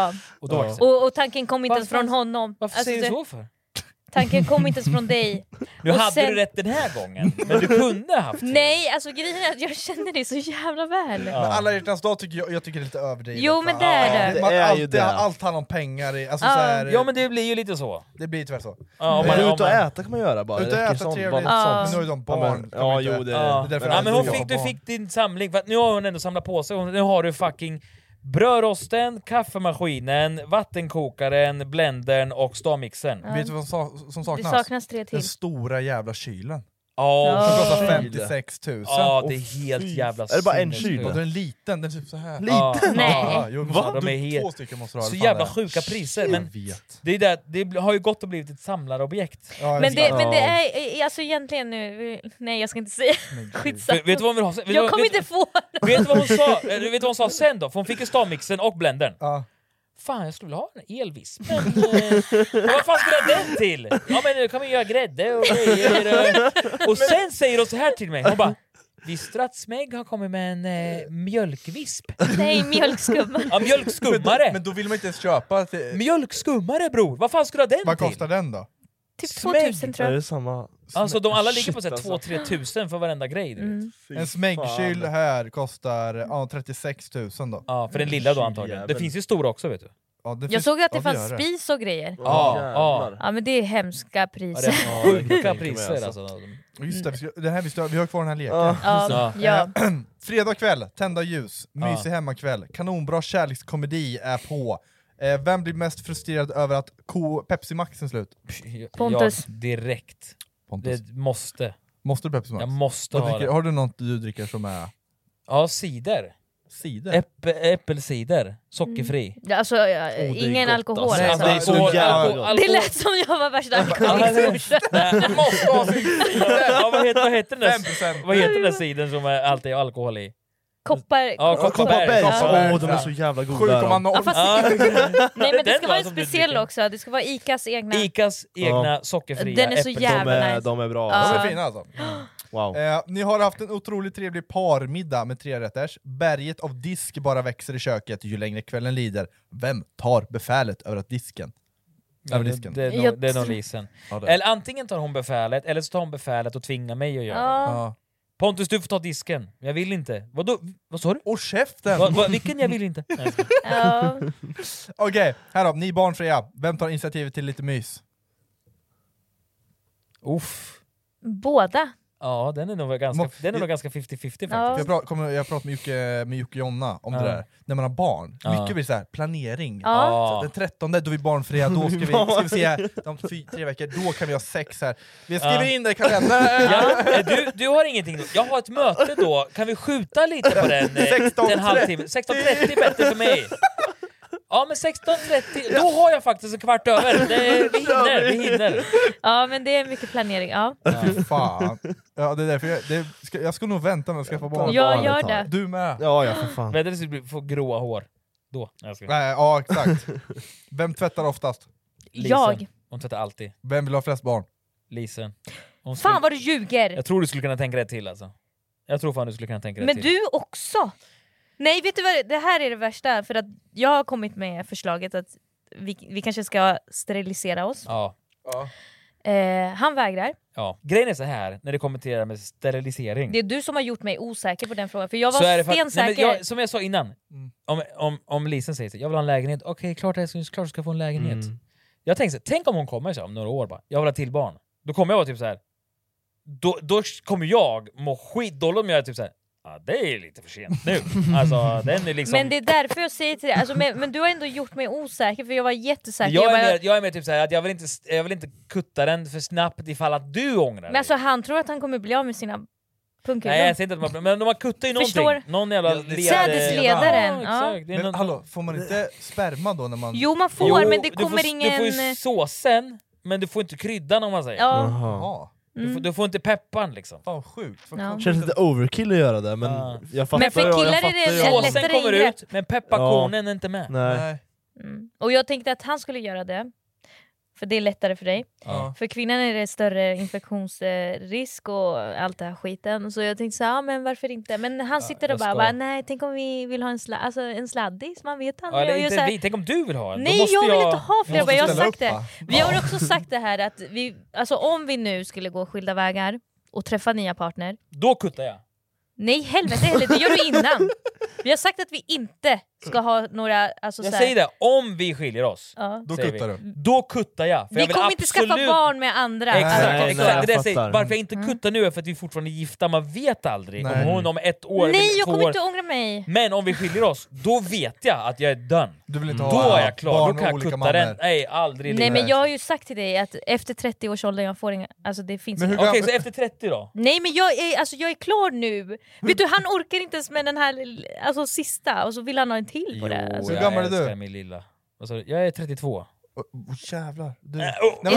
Och tanken kom inte ens från honom. Varför säger du så för? Tanken kom inte ens från dig. Nu hade du rätt den här gången, men du kunde ha haft det. Nej, alltså grejen är att jag känner dig så jävla väl. Men alla hjärtans dag tycker jag tycker det är lite överdrivet. Jo, men det är det. Allt handlar om pengar. Alltså, så här, ja, men det blir ju lite så. Det blir tyvärr så. Men ut och äta kan man göra bara. Ut och äta trevligt. Men nu är de barn. Ja, jo, det är därför. Ja, men du fick din samling. För nu har hon ändå samlat på sig. Nu har du fucking brödrosten, kaffemaskinen, vattenkokaren, blendern och stavmixern. Vet du vad som saknas? Det saknas 3 till. Den stora jävla kylen. Som kostar 56 000. Ja, det är helt jävla Är det bara en kyl? Och den är liten, den är typ så här. Liten? Nej. De är helt... 2 stycken måste du ha. Så jävla sjuka priser. Men det har ju gått och blivit ett samlarobjekt. Men det är alltså egentligen nu... Nej, jag ska inte säga. Skitsamma. Vet du vad hon vill ha? Jag kommer inte få... Vet du vad hon sa sen då? För hon fick ju stavmixen och blendern. Fan, jag skulle vilja ha en elvisp. Men vad fan skulle jag den till? Ja, men nu kan man göra grädde och grejer. Och sen säger hon så här till mig. Hon bara, visste du att Smeg har kommit med en mjölkvisp? Nej, mjölkskummare. Ja, mjölkskummare. Men då vill man inte ens köpa till... Mjölkskummare, bror. Vad fan skulle jag ha den Vad till? kostar den då? Typ 2000 tror jag. Är det samma? Alltså de alla ligger på 2-3 tusen för varenda grej. En smäggkyl här kostar 36 000 då. Ja, för den lilla då antagligen. Det finns ju stora också, vet du. Jag såg att det fanns spis och grejer. Ja, men det är hemska priser. Ja, det är sjuka priser alltså. Just det, vi har kvar den här leken. Ja. Fredag kväll, tända ljus, mysig hemmakväll, kanonbra kärlekskomedi är på. Vem blir mest frustrerad över att Pepsi Max är slut? Pontus. Ja, direkt. Pontus. Det måste. Måste du Pepsi Max? Jag måste ha det. Har du något du dricker som är... Ja, cider. Cider? Äppelcider. Sockerfri. Alltså, ingen alkohol. Nej, alltså. det är så jävla... Det lät som jag var värsta alkoholisten. Du måste ha cider! Ja, vad heter den där? Vad heter den där cider som är alltid alkohol i? Kopparberg. De är så jävla goda. 7,0. Nej, men det ska vara en speciell också. Det ska vara Icas egna sockerfria. Den är så jävla nice. De är bra. De är fina alltså. Wow. Ni har haft en otroligt trevlig parmiddag med 3-rätters. Berget av disk bara växer i köket ju längre kvällen lider. Vem tar befälet över att disken? Över disken? Det är nog Lisen. Eller antingen tar hon befälet, eller så tar hon befälet och tvingar mig att göra det. Pontus, du får ta disken. Jag vill inte. Vad sa du? Och käften! Vilken jag vill inte? Okej, här då. Ni barnfria. Vem tar initiativet till lite mys? Uff. Båda. Ja, den är nog ganska 50-50 faktiskt. Jag pratade med Jocke och Jonna om det där. När man har barn. Mycket blir så här planering. Så den 13 då är vi barnfria. Då ska vi se de 3 veckor. Då kan vi ha sex här. Vi skriver in det i kalendern. Du har ingenting. Jag har ett möte då. Kan vi skjuta lite på den? 16:30. 16:30 bättre för mig. Ja, men 16:30, då har jag faktiskt en kvart över. Vi hinner. Ja, men det är mycket planering. Ja. Fan. Ja, det är därför jag ska nog vänta med att skaffa barn. Jag gör det. Du med. Ja, för fan. Vänta tills du får gråa hår. Då. Nej, ja, exakt. Vem tvättar oftast? Lisen. Jag. Hon tvättar alltid. Vem vill ha flest barn? Lisen. Fan vad du ljuger. Jag tror du skulle kunna tänka dig till alltså. Jag tror fan du skulle kunna tänka dig men till. Men du också. Nej, vet du vad? Det här är det värsta. För att jag har kommit med förslaget att vi kanske ska sterilisera oss. Ja. Han vägrar. Ja. Grejen är så här, när det kommer till det med sterilisering. Det är du som har gjort mig osäker på den frågan. För jag var stensäker. Som jag sa innan. Om Lisen säger så, jag vill ha en lägenhet. Okej, klart du ska få en lägenhet. Jag tänkte så, tänk om hon kommer så om några år bara. Jag vill ha till barn. Då kommer jag vara typ så här. Då kommer jag må skitdåligt om jag är typ så här. Ja, det är lite för sent nu. Alltså, den är liksom... Men det är därför jag säger till dig, alltså, men du har ändå gjort mig osäker, för jag var jättesäker. Jag är med typ såhär att jag vill inte kutta den för snabbt ifall att du ångrar dig. Men alltså han tror att han kommer bli av med sina punkter. Nej, jag säger inte att men de har kuttat ju någonting. Någon jävla sädesledaren. Ja, exakt. Men hallå, får man inte sperma då när man... Jo, man får, men det kommer ingen... Du får ju såsen, men du får inte kryddan om man säger. Ja. Du får inte peppan liksom. Fan sjukt. Känns lite overkill att göra det, men jag fattar. Men för killar är det såsen kommer ut, men pepparkornen är inte med. Nej. Och jag tänkte att han skulle göra det. För det är lättare för dig. För kvinnan är det större infektionsrisk och allt det här skiten. Så jag tänkte så här, men varför inte? Men han sitter och bara, nej, tänk om vi vill ha en sladdis, man vet han. Tänk om du vill ha en. Nej, jag vill inte ha fler, jag har sagt det. Vi har också sagt det här att om vi nu skulle gå skilda vägar och träffa nya partner. Då kuttar jag. Nej, helvete heller, det gör du innan. Vi har sagt att vi inte ska ha några... Alltså, jag säger det, om vi skiljer oss, då kuttar du. Då kuttar jag. För vi jag kommer inte skaffa barn med andra. Exakt. Det säger, varför jag inte kuttar nu är för att vi fortfarande är gifta, man vet aldrig om hon om 1 år eller 2 år. Nej, jag kommer inte ångra mig. Men om vi skiljer oss, då vet jag att jag är done. Du vill inte då ha är jag klar, då kan jag kutta mammor. den. Nej, aldrig. Nej, men jag har ju sagt till dig att efter 30 års ålder jag får inga... Alltså det finns inga... Okej, så efter 30 då? Nej, men jag är klar nu. Vet du, han orkar inte ens med den här sista, och så vill han ha en till på det. Alltså. Hur gammal är du? Min lilla. Alltså, jag är 32. Jävlar. Nej,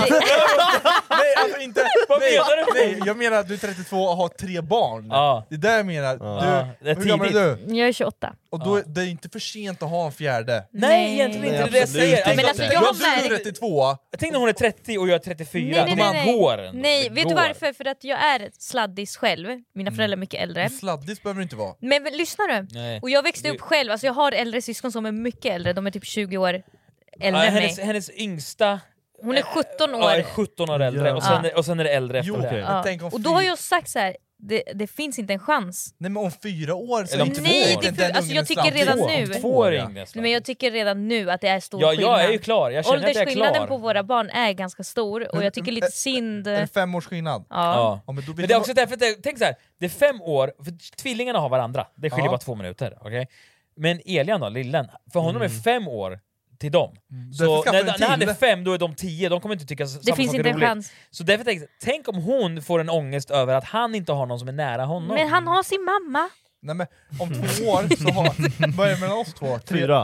alltså inte. Vad menar du? Nej, jag menar att du är 32 och har 3 barn. Det är där jag menar. Hur gammal är du? Jag är 28. Och då det är inte för sent att ha en fjärde. Nej, egentligen inte. Det jag säger. Men alltså, jag har du är 32. Jag tänkte när hon är 30 och jag är 34. Nej. Går. Nej, vet du varför? För att jag är sladdis själv. Mina föräldrar är mycket äldre. Sladdis behöver du inte vara. Men lyssna du. Nej. Och jag växte upp själv. Alltså, jag har äldre syskon som är mycket äldre. De är typ 20 år äldre än mig. Hennes yngsta... Hon är 17 år. Ja, 17 år äldre. Och sen är det äldre efter det. Ja. Och då har jag sagt så här. Det finns inte en chans. Nej, men om 4 år så eller om 2 år. Alltså jag tycker redan nu. 2 år yngre. Men jag tycker redan nu att det är stor skillnad. Jag är ju klar. Jag känner att jag är klar. Åldersskillnaden på våra barn är ganska stor och jag tycker lite synd. Är det 5 års skillnad? Ja. Men det är också därför tänk så här. Det är 5 år för tvillingarna har varandra. Det skiljer bara 2 minuter, okej? Men Elian då, lillen, för honom är 5 år till dem. Så när han är 5, då är de 10. De kommer inte tycka samma det finns sak inte är roligt. En chans. Så därför tänk om hon får en ångest över att han inte har någon som är nära honom. Men han har sin mamma. Nej, men om 2 år så har... Vad är det mellan oss 2?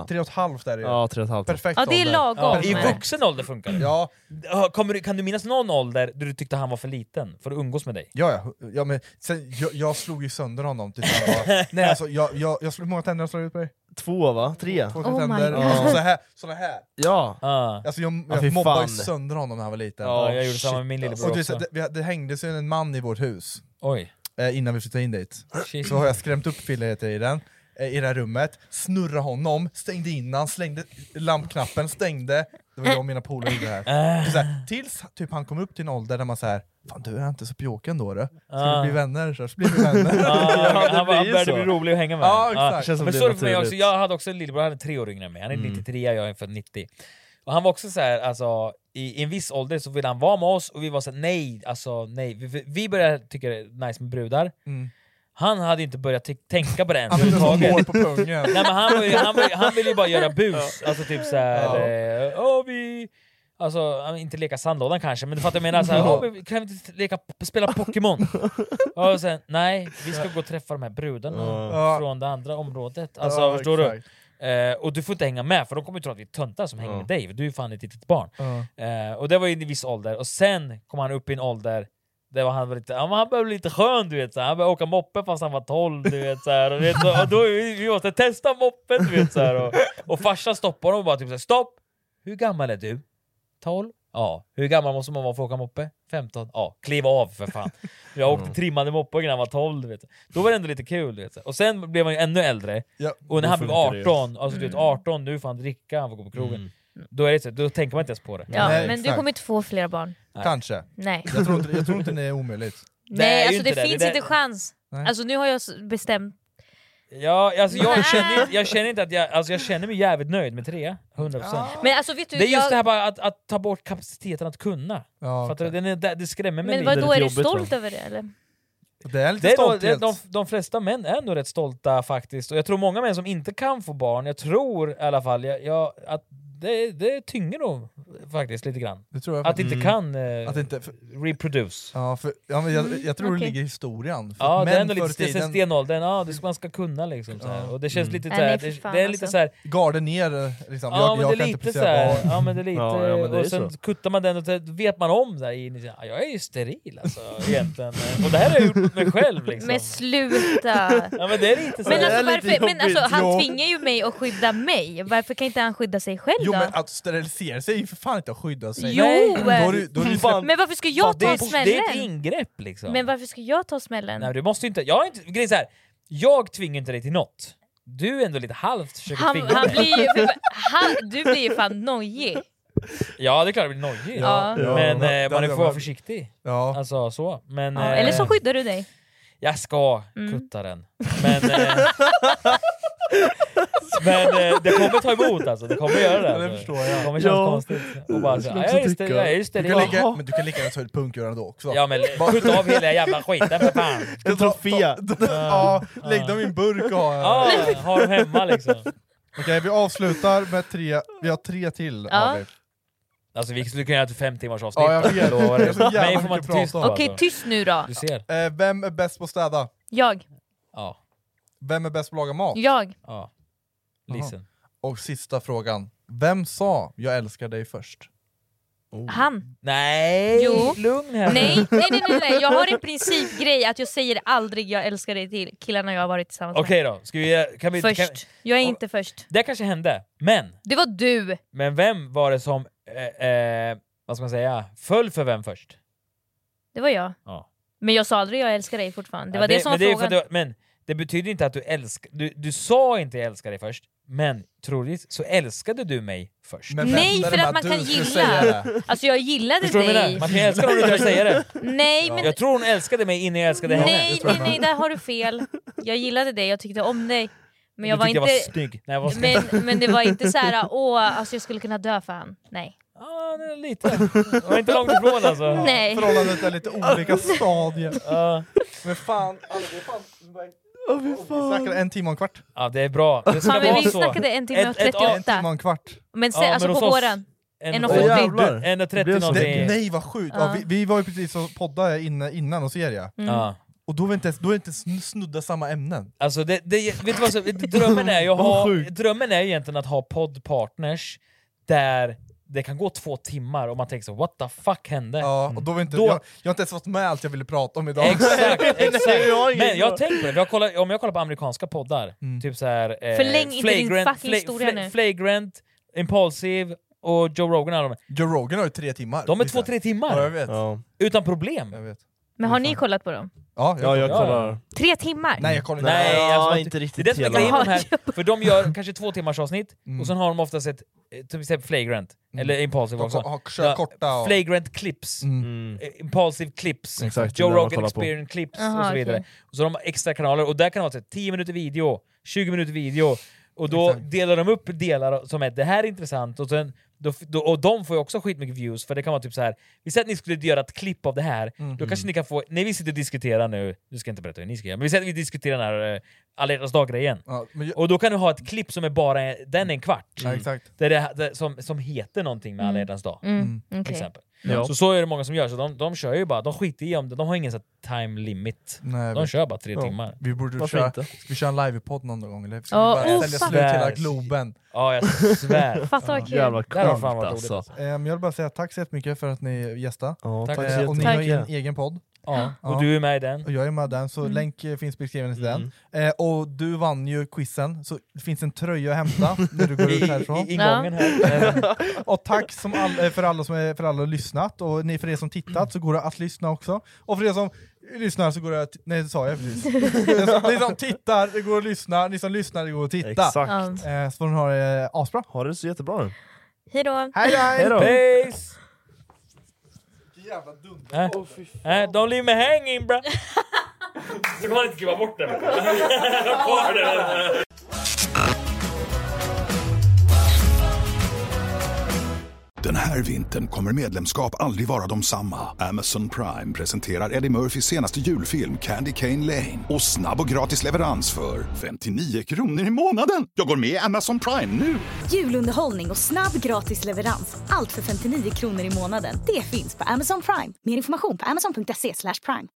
3,5 där är det. Ja, 3,5. Perfekt ja, det är lagom. I vuxen ålder funkar det. Ja. Kan du minnas någon ålder där du tyckte han var för liten för att umgås med dig? Ja, men sen, jag slog ju sönder honom tills han var... Nej, alltså, jag slog många tänder och slog ut på dig. 2 va? 3? 2 tänder. Såna här. Ja. Alltså jag mobbade ju sönder honom när han var liten. Ja, jag gjorde samma med min lillebror också. Det hängdes ju en man i vårt hus. Oj. Innan vi flyttade in dit. Så har jag skrämt upp Fille i det här rummet, snurrade honom, stängde in han, slängde lampknappen, stängde. Det var jag och mina polare i det här. Så här. Tills typ han kom upp till en ålder där man säger, fan du är inte så pjåken då. Ska vi bli vänner? Så blir vi vänner. Han började bli rolig att hänga med. Ja, exakt. Men så för mig också, jag hade också en lillebror, han är 3 år yngre än mig. Han är 93, jag är född 90. Och han var också så här, alltså i en viss ålder så ville han vara med oss och vi var så här, nej. Vi började tycka det är nice med brudar. Han hade inte börjat tänka på det än. Han ville ha mål på pungen. Nej, men han ville ju bara göra bus. Alltså typ så här, alltså inte leka sandlådan kanske, men du fattar jag menar så här, kan vi inte spela Pokémon? Och sen, nej, vi ska gå och träffa de här brudarna från det andra området. Alltså förstår du? Och du får inte hänga med för de kommer ju tro att vi är töntar som hänger med dig. Du är ju fan ett litet barn. Och det var ju i en viss ålder. Och sen kom han upp i en ålder där han var lite, han började bli lite skön, du vet så här. Han började åka moppe fast han var 12, du vet så här. Och då vi måste testa moppen, du vet så här. Och farsan stoppade honom och bara typ så här, stopp. Hur gammal är du? 12? Ja. Hur gammal måste man vara för att åka moppe? 15? Ja. Kliva av för fan. Jag åkte trimmade moppe när han var 12, du vet. Då var det ändå lite kul, du vet. Och sen blev han ju ännu äldre. Ja, och när han blev 18, alltså du vet 18, nu får han dricka, han får gå på krogen. Då är det så, då tänker man inte ens på det. Ja, nej, men du kommer inte få flera barn. Nej. Kanske. Nej. Jag tror inte det är omöjligt. Nej, alltså det finns inte chans. Nej. Alltså nu har jag bestämt. Ja, alltså jag känner inte att jag känner mig jävligt nöjd med 3, 100%. Ja. Men alltså vet du, det är just det här bara att ta bort kapaciteten att kunna. Ja, för att det skrämmer mig. Men vadå, är du stolt över det eller? Det är lite stolthet. De flesta män är nog rätt stolta faktiskt. Och jag tror många män som inte kan få barn, jag tror i alla fall att det tynger nog faktiskt lite grann. Det tror jag att inte kan att inte reproduce. Ja, men jag tror det ligger i historien. För ja, det är ändå lite stenåldern. Man ska kunna liksom så här. Och det känns lite så här, det är lite så här garden ner liksom. Ja, jag kan inte så här, barn. Ja, men det är lite men det och sen så. kuttar man den och så vet man om där i jag är ju steril alltså egentligen. Och det här har jag gjort mot mig själv liksom. Men sluta. Ja, men det är lite så. Men alltså varför han tvingar ju mig att skydda mig. Varför kan inte han skydda sig själv? Jo, men att sterilisera sig är ju för fan inte att skydda sig. Jo! Men varför ska jag ta smällen? Det är ett ingrepp liksom. Men varför ska jag ta smällen? Nej, du måste inte. Grejen så här. Jag tvingar inte dig till något. Du är ändå lite halvt försöker tvinga mig. Du blir ju fan nojig. Ja, det är klart det blir nojig. Ja. Men man får vara försiktig. Ja. Alltså så. Men, eller så skyddar du dig. Jag ska kutta den. Men Men det kommer ta emot alltså, det kommer göra det. Det förstår jag. Det kommer kännas konstigt. Och bara så, just det. Men du kan lika gärna ta ut punkören då också. Ja men skjut av hela jävla skiten för fan. En trofé. Ja, lägg dem i en burk och ha dem hemma liksom. Okej, vi avslutar med 3. Vi har 3 till. Alltså vi skulle kunna göra 5 timmars avsnitt. Ja, jag vet. Nej, får man inte tyst. Okej, tyst nu då. Du ser. Vem är bäst på att städa? Jag. Ja. Vem är bäst på att laga mat? Jag. Ja. Listen. Och sista frågan. Vem sa jag älskar dig först? Han. Nej, jo. Lugn här. Nej. Jag har en principgrej att jag säger aldrig jag älskar dig till killarna jag har varit tillsammans med. Okej då, kan vi först. Jag är inte först. Det kanske hände, men det var du. Men vem var det som vad ska man säga, föll för vem först? Det var jag. Ja. Men jag sa aldrig jag älskar dig fortfarande. Det var det som var frågan. Men det betyder inte att du älskar... Du sa inte jag älskar dig först, men troligtvis så älskade du mig först. Nej, för att man kan gilla. Alltså jag gillade Förstår dig. Man kan älska någon utan att säga det. Nej, men... Jag tror hon älskade mig innan jag älskade henne. Nej, där har du fel. Jag gillade dig, jag tyckte om dig. Men jag var inte... Jag var snygg. Nej, jag var snygg. Men det var inte så här, alltså jag skulle kunna dö för han. Nej. Ja, lite. Det var inte långt ifrån alltså. Nej. Förhållandet är lite olika stadier. Men fan, vi snackade 1 timme och en kvart. Ja, det är bra. Det ska men vara vi så. snackade 1 timme och 38. 1 timme och en kvart. Men alltså på våren. 1:40 någonting. Nej, vad sjukt. Ja, vi var ju precis och poddade innan och serie. Ja. Och då är inte snudda samma ämnen. Alltså vet du vad så, drömmen är egentligen att ha poddpartners där det kan gå 2 timmar och man tänker så, what the fuck hände? Ja, och då var inte, jag har inte ens fått med allt jag ville prata om idag. Exakt. Men jag tänkte på det, om jag kollar på amerikanska poddar, typ så här förläng inte din fucking historia nu. Flagrant, Impulsive och Joe Rogan. Joe Rogan har ju 3 timmar. De är 2-3 timmar. Ja, jag vet. Utan problem. Jag vet. Men har ni kollat på dem? Ja, jag kollar. 3 timmar? Nej, jag kollar inte. Nej, alltså, inte riktigt. Det är det som är grejen här. För de gör kanske 2 timmars avsnitt och sen har de oftast ett till exempel Flagrant eller Impulsive också. Korta Flagrant clips. Impulsive clips. Exakt, Joe Rogan Experience clips och så vidare. Och så har de extra kanaler och där kan de ha 10 minuter video, 20 minuter video och då delar de upp delar som är det här är intressant och sen och de får ju också skitmycket views för det kan vara typ så här. Vi säger att ni skulle göra ett klipp av det här då kanske ni kan få, när vi sitter och diskuterar nu ska jag inte berätta hur ni ska göra, men vi säger att vi diskuterar den här alla hjärtans dag-grejen och då kan du ha ett klipp som är bara den är en kvart där det som heter någonting med alla hjärtans dag till exempel. Så är det många som gör så de kör ju bara, de skiter i om det, de har ingen så time limit. Nej, de kör bara 3 timmar. Vi borde köra en live-podd någon gång eller ska vi bara sälja slut hela Globen. Ja, jag svär. Fattar vad kul. Jävla coolt alltså. Jag vill bara säga tack så jättemycket för att ni gästade. Tack och ni har en egen podd. Ja. Och du är med i den. Och jag är med i den, så länk finns beskriven till den. Och du vann ju quizen, så det finns en tröja att hämta när du går ut härifrån. I ingången här. Och tack för alla som har lyssnat, och ni för er som tittat så går det att lyssna också. Och för er som lyssnar så går det att... Nej, det sa jag precis. Ni som tittar, det går att lyssna. Ni som lyssnar, det går att titta. Exakt. Så får ni ha det asbra. Ha det så jättebra nu. Hej då. Hej då. Peace. Jävla dumt. Don't leave me hanging, bra. Så kan man inte skriva bort det. Den här vintern kommer medlemskap aldrig vara de samma. Amazon Prime presenterar Eddie Murphys senaste julfilm Candy Cane Lane. Och snabb och gratis leverans för 59 kronor i månaden. Jag går med i Amazon Prime nu. Julunderhållning och snabb gratis leverans. Allt för 59 kronor i månaden. Det finns på Amazon Prime. Mer information på amazon.se/prime.